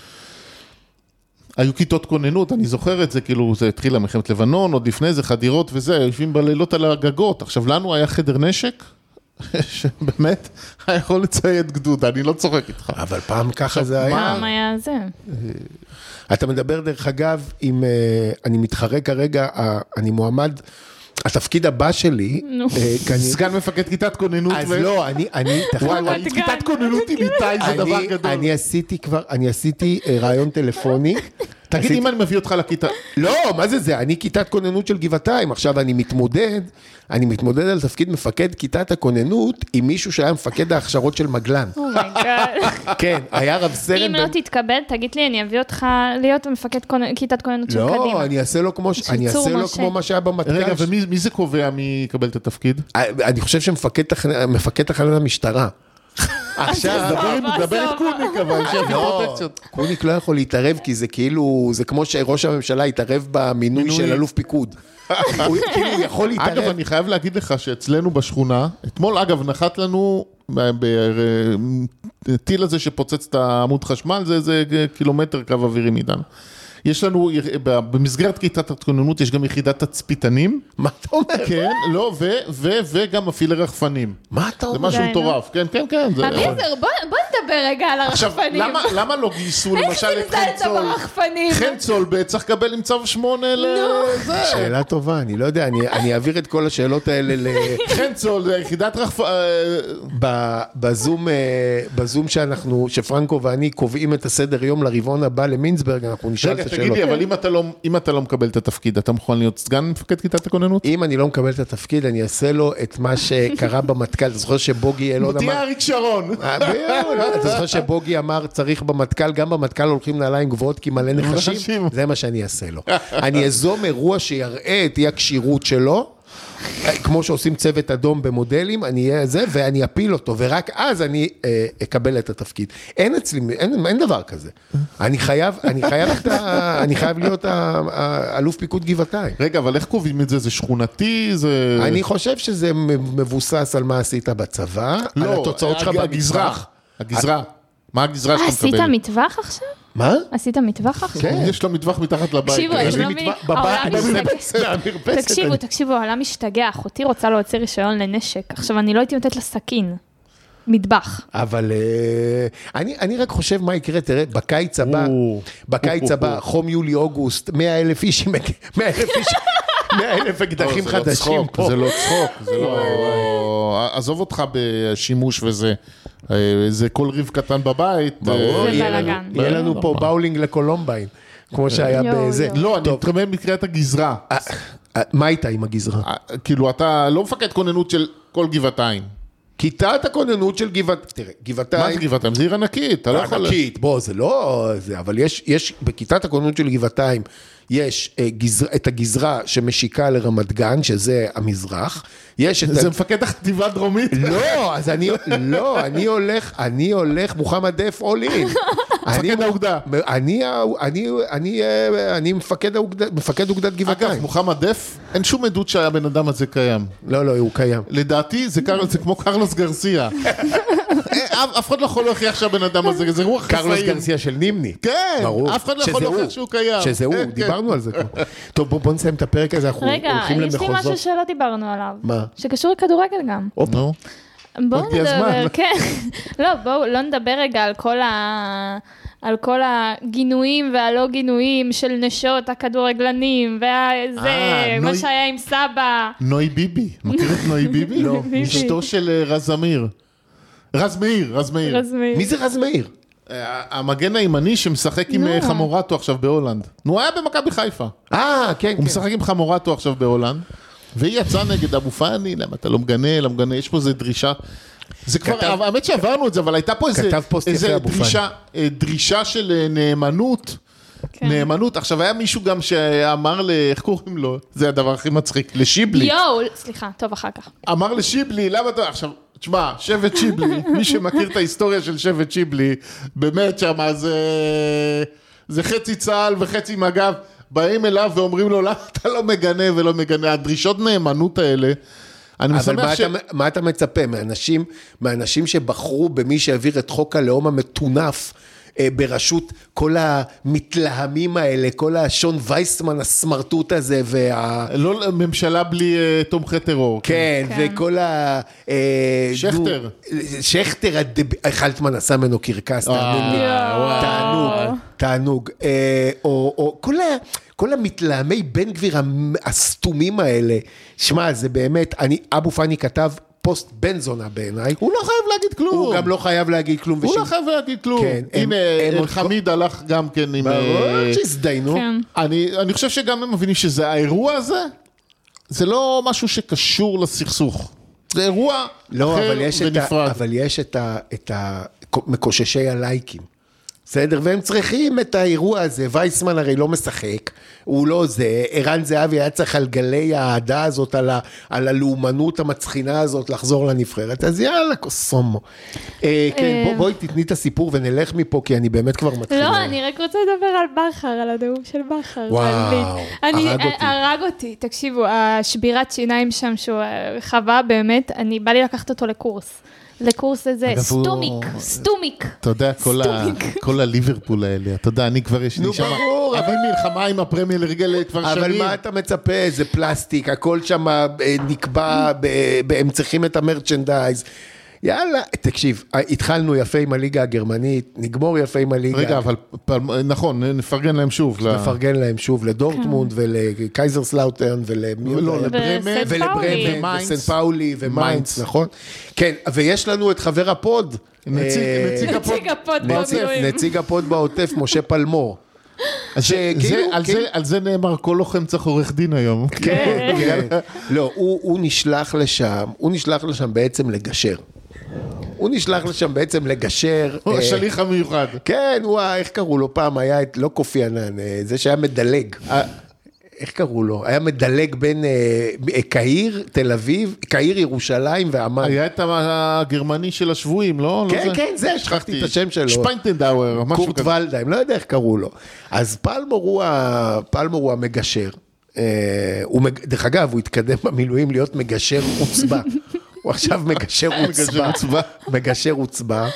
היו כיתות כוננות, אני זוכר את זה, כאילו זה התחיל למלחמת לבנון, עוד לפני זה חדירות וזה, יושבים בלילות על הגגות. עכשיו, לנו היה חדר נשק, שבאמת היה יכול לציית גדוד, אני לא צוחק איתך. אבל פעם ככה זה היה. פעם היה זה. אתה מדבר דרך אגב, אני מתחרה כרגע, אני מועמד התפקיד הבא שלי, סגן מפקד כיתת כוננות. אז לא, אני... וואי, כיתת כוננות עם איתי זה דבר גדול. אני עשיתי רעיון טלפוני. תגיד, אם אני מביא אותך לכיתה... לא, מה זה? אני כיתת כוננות של גבעתיים. עכשיו אני מתמודד על תפקיד מפקד כיתת הכוננות עם מישהו שהיה מפקד ההכשרות של מגלן. כן, היה רב סרן... אם לא תתקבל, תגיד לי, אני אביא אותך להיות מפקד כיתת כוננות של קדימה. לא, אני אעשה לו כמו מה שהיה במטכ"ל. רגע, ומי זה קובע מי יקבל את התפקיד? אני חושב שמפקד תחנת המשטרה. עכשיו, דבר את קוניק, אבל שיביא פרוטקציות. קוניק לא יכול להתערב, כי זה כאילו, זה כמו שראש הממשלה יתערב במינוי של אלוף פיקוד. הוא כאילו יכול להתערב. אגב, אני חייב להגיד לך שאצלנו בשכונה, אתמול אגב נחת לנו בטיל הזה שפוצץ את העמוד חשמל, זה איזה קילומטר קו אווירי מאיתנו. יש לנו, במסגרת כיתת הכוננות יש גם יחידת תצפיתנים. מה אתה אומר? כן, לא, וגם מפעילי רחפנים. מה אתה אומר? זה משהו מטורף, כן. אביזר, בוא נדבר רגע על הרחפנים. עכשיו, למה לא גייסו למשל את חנצול, צריך לקבל עם צו 8 לזה? שאלה טובה, אני לא יודע, אני אעביר את כל השאלות האלה חנצול, זה יחידת בזום שפרנקו ואני קובעים את הסדר יום לרבעון הבא למינסברג, אנחנו נשאל את השאלות. תגיד לי, אבל אם אתה לא מקבל את התפקיד, אתה מוכן להיות סגן מפקד כיתת הכוננות? אם אני לא מקבל את התפקיד, אני אעשה לו את מה שקרה במטכ"ל. אתה זוכר שבוגי אלון אמר... תהיה אריק שרון. אתה זוכר שבוגי אמר, צריך במטכ"ל, גם במטכ"ל הולכים נעליים גבוהות כי מלא נחשים? זה מה שאני אעשה לו. אני אזום אירוע שיראה את אי הקשירות שלו, כמו שעושים צוות אדום במודלים, אני אהיה זה, ואני אפיל אותו, ורק אז אני אקבל את התפקיד. אין אצלי, אין דבר כזה. אני חייב להיות אלוף פיקוד גבעתיים. רגע, אבל איך קובעים את זה? זה שכונתי? אני חושב שזה מבוסס על מה עשית בצבא, על התוצאות שלך במזרח. הגזרה. מה הגזרה שאתה מקבל? עשית מטווח עכשיו? מה? עשית מטווח עכשיו? כן, יש לו מטווח מתחת לבית. תקשיבו, יש לו מטווח. תקשיבו, העולם משתגע, אחותי רוצה להוציא רישיון לנשק, עכשיו אני לא הייתי נותנת לה סכין, מטבח. אבל אני רק חושב מה יקרה, תראה, בקיץ הבא, חום יולי אוגוסט, 100,000 איש, 100,000 אקדחים חדשים פה. זה לא צחוק, זה לא... עזוב אותך בשימוש וזה. זה כל ריב קטן בבית. יהיה לנו פה באולינג לקולומביין, כמו שהיה בזה. לא, אני מתכוון מקריאת הגזרה. מה הייתה עם הגזרה? כאילו, אתה לא מפקד כוננות של כל גבעתיים. כיתת הכוננות של גבעתיים. מה זה גבעתיים? זה עיר ענקית, אתה לא יכול... ענקית, בוא, זה לא... אבל יש בכיתת הכוננות של גבעתיים, יש את הגזרה שמשיקה לרמת גן, שזה המזרח. זה מפקד החטיבה הדרומית? לא, אז אני הולך מוחמד דף אולין. מפקד האוגדה. אני מפקד אוגדת גבעתיים. אגב, מוחמד דף, אין שום עדות שהבן אדם הזה קיים. לא, הוא קיים. לדעתי, זה כמו קרלוס גרסיה. אף אחד לא יכול להוכיח שהבן אדם הזה, זה רוח חסאים. קרלוס גרסיה של נימני. כן, אף אחד לא יכול להוכיח שהוא קיים. שזה הוא, דיברנו על זה. טוב, בואו נסיים את הפרק הזה, אנחנו הולכים למחוזות. רגע, יש לי משהו שלא דיברנו עליו. מה? שקשור לכדורגל גם. נו. בואו נדבר, כן. לא, בואו לא נדבר רגע על כל הגינויים והלא גינויים של נשות הכדורגלנים, וזה, מה שהיה עם סבא. נוי ביבי, מכיר את נוי ביבי? לא. אשתו של רזמיר. רז מאיר. מי זה רז מאיר? המגן הימני שמשחק עם חמורטו עכשיו בהולנד. נו, היה במכבי חיפה. כן. הוא משחק עם חמורטו עכשיו בהולנד. והיא יצאה נגד אבו פאני, למה אתה לא מגנה, יש פה איזו דרישה. זה כבר, האמת שעברנו את זה, אבל הייתה פה איזו דרישה של נאמנות. נאמנות. עכשיו, היה מישהו גם שאמר איך קוראים לו? זה הדבר הכי מצחיק, לשיבלי. סליחה, טוב, אחר כך. אמר לשיבלי, למה אתה... עכשיו, תשמע, שבט שיבלי, מי שמכיר את ההיסטוריה של שבט שיבלי, באמת שמה, זה חצי צהל וחצי מג"ב, באים אליו ואומרים לו, למה אתה לא מגנה ולא מגנה? הדרישות נאמנות האלה, אבל מה אתה מצפה? מאנשים שבחרו במי שהעביר את חוק הלאום המטונף, בראשות כל המתלהמים האלה, כל השון וייסמן הסמרטוט הזה, לא ממשלה בלי תומכי טרור. כן, וכל שכטר, חלטמן עשה ממנו קרקס, תענוג. או כל המתלהמי בן גביר הסתומים האלה, שמע, זה באמת, אבו פאני כתב פוסט בן זונה בעיניי. הוא לא חייב להגיד כלום. הוא גם לא חייב להגיד כלום. הוא לא חייב להגיד כלום. הנה, חמיד הלך גם כן עם... ברור שהזדיינו. אני חושב שגם הם מבינים שזה האירוע הזה, זה לא משהו שקשור לסכסוך. זה אירוע אחר ונפרד. אבל יש את מקוששי הלייקים. בסדר, והם צריכים את האירוע הזה, וייסמן הרי לא משחק, הוא לא זה, ערן זהבי היה צריך על גלי העדה הזאת, על הלאומנות המצחינה הזאת, לחזור לנבחרת, אז יאללה, קוסומו. כן, בואי תתני את הסיפור ונלך מפה, כי אני באמת כבר מתחילה. לא, אני רק רוצה לדבר על בכר, על הנאום של בכר. וואו, הרג אותי, תקשיבו, השבירת שיניים שם שהוא חווה באמת, אני בא לי לקחת אותו לקורס איזה סטומיק. אתה יודע, כל הליברפול האלה, אתה יודע, אני כבר יש לי שם, אבי מלחמה עם הפרמייר ליג כבר שנים. אבל מה אתה מצפה? זה פלסטיק, הכל שם נקבע, הם צריכים את המרצ'נדייז. יאללה, תקשיב, התחלנו יפה עם הליגה הגרמנית, נגמור יפה עם הליגה. רגע, אבל נכון, נפרגן להם שוב. נפרגן להם שוב לדורטמונד ולקייזרסלאוטרן ולברמן וסן פאולי ומיינץ, נכון? כן, ויש לנו את חבר הפוד. נציג הפוד בעוטף, משה פלמור. על זה נאמר, כל לוחם צריך עורך דין היום. כן, לא, הוא נשלח לשם בעצם לגשר. הוא נשלח לשם בעצם לגשר. הוא השליח המיוחד. כן, איך קראו לו פעם, היה לא קופי ענן, זה שהיה מדלג. איך קראו לו? היה מדלג בין קהיר, תל אביב, קהיר, ירושלים ואמן. היה את הגרמני של השבועים, לא? כן, כן, זה, שכחתי את השם שלו. שפיינטנדאואר, משהו קורט ולדהיים, לא יודע איך קראו לו. אז פלמור הוא המגשר. דרך אגב, הוא התקדם במילואים להיות מגשר עוצבה. הוא עכשיו מגשר עוצבה.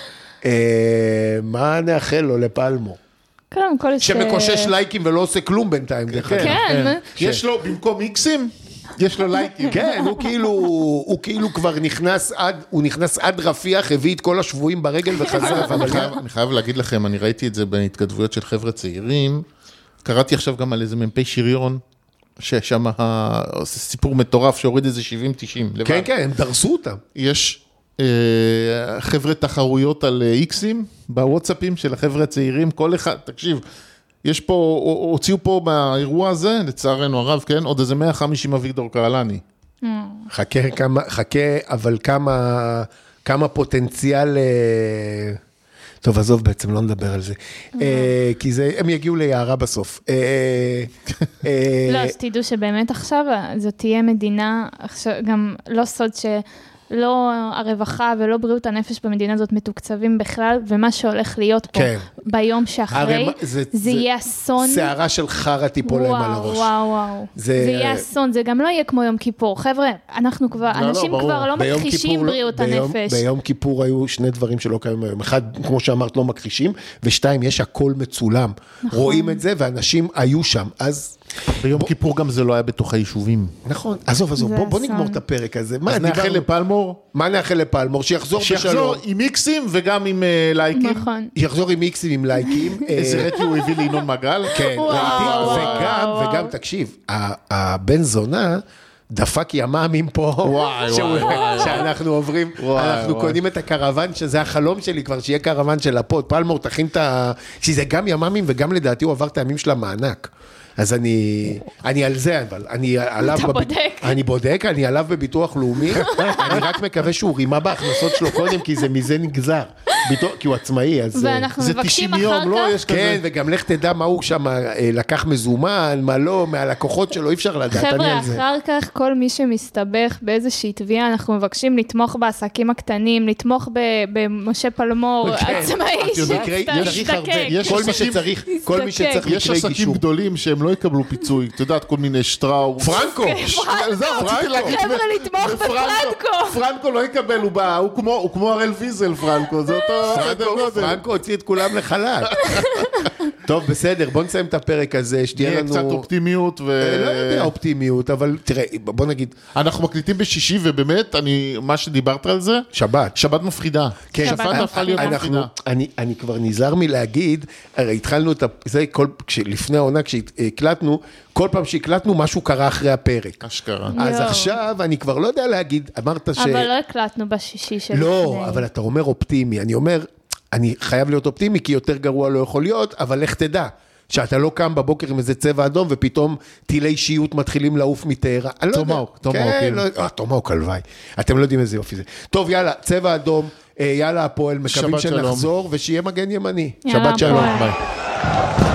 מה נאחל לו לפלמור? שמקושש לייקים ולא עושה כלום בינתיים. כן. יש לו, במקום איקסים, יש לו לייקים. כן, הוא כאילו כבר נכנס עד רפיח, הביא את כל השבועים ברגל וחזר. אני חייב להגיד לכם, אני ראיתי את זה בהתכתבויות של חבר'ה צעירים, קראתי עכשיו גם על איזה מ"פ שריון, ששם סיפור מטורף שהוריד איזה 70-90. כן, כן, הם דרסו אותם. יש חבר'ה תחרויות על איקסים, בוואטסאפים של החבר'ה הצעירים, כל אחד, תקשיב, יש פה, הוציאו פה באירוע הזה, לצערנו הרב, כן, עוד איזה 150 אביגדור קהלני. חכה, אבל כמה פוטנציאל, טוב, עזוב בעצם, לא נדבר על זה, כי הם יגיעו ליערה בסוף. לא, אז תדעו שבאמת עכשיו, זאת תהיה מדינה, גם לא סוד לא הרווחה ולא בריאות הנפש במדינה הזאת מתוקצבים בכלל, ומה שהולך להיות פה ביום שאחרי, זה יהיה אסון. שערה של חרה תיפול להם על הראש. וואו. זה יהיה אסון, זה גם לא יהיה כמו יום כיפור. חבר'ה, אנחנו כבר, אנשים כבר לא מכחישים בריאות הנפש. ביום כיפור היו שני דברים שלא קיימים היום. אחד, כמו שאמרת, לא מכחישים, ושתיים, יש הכל מצולם. רואים את זה, ואנשים היו שם. אז ביום כיפור גם זה לא היה בתוך היישובים. נכון. עזוב, בוא נגמור את הפרק הזה. אז נאחל לפלמור? מה נאחל לפלמור? שיחזור בשלום. שיחזור עם איקסים וגם עם לייקים. נכון. יחזור עם איקסים, עם לייקים. איזה רטי הוא הביא לינון מגל. כן, וגם, תקשיב, הבן זונה דפק יממים פה, שאנחנו עוברים, אנחנו קונים את הקרוון, שזה החלום שלי כבר, שיהיה קרוון של הפוד. פלמור, תכין שזה גם יממים וגם לדעתי הוא עבר את הימים של המענק. אז אני על זה, אבל אני בודק, אני עליו בביטוח לאומי, אני רק מקווה שהוא רימה בהכנסות שלו קודם, כי זה מזה נגזר, כי הוא עצמאי, אז זה 90 יום, לא? יש כזה. כן, וגם לך תדע מה הוא שם לקח מזומן, מה לא, מהלקוחות שלו, אי אפשר לדעת, חבר'ה, אחר כך כל מי שמסתבך באיזושהי תביעה, אנחנו מבקשים לתמוך בעסקים הקטנים, לתמוך במשה פלמור, עצמאי שתשתקק. כל מי שצריך יש עסקים גדולים שהם לא יקבלו פיצוי, אתה יודעת, כל מיני שטראו. פרנקו! חבר'ה, לתמוך בפרנקו. פרנקו לא יקבל, הוא כמו הראל ויזל, פרנקו, זה אותו... פרנקו הוציא את כולם לחל"ת. טוב, בסדר, בוא נסיים את הפרק הזה, שתהיה לנו... קצת אופטימיות לא יודע אופטימיות, אבל תראה, בוא נגיד... אנחנו מקליטים בשישי, ובאמת, מה שדיברת על זה... שבת מפחידה. כן, שבת הפכה להיות מפחידה. אני כבר נזהר מלהגיד, הרי התחלנו את זה, לפני העונה, כשהקלטנו, כל פעם שהקלטנו, משהו קרה אחרי הפרק. אשכרה. אז עכשיו, אני כבר לא יודע להגיד, אמרת ש... אבל לא הקלטנו בשישי שלפני. לא, אבל אתה אומר אופטימי, אני אומר... אני חייב להיות אופטימי, כי יותר גרוע לא יכול להיות, אבל לך תדע, שאתה לא קם בבוקר עם איזה צבע אדום, ופתאום טילי שיעוט מתחילים לעוף מתארה. תומאוק. תומאוק, הלוואי. אתם לא יודעים איזה יופי זה. טוב, יאללה, צבע אדום, יאללה הפועל, מקווים שנחזור, ושיהיה מגן ימני. שבת שלום, ביי.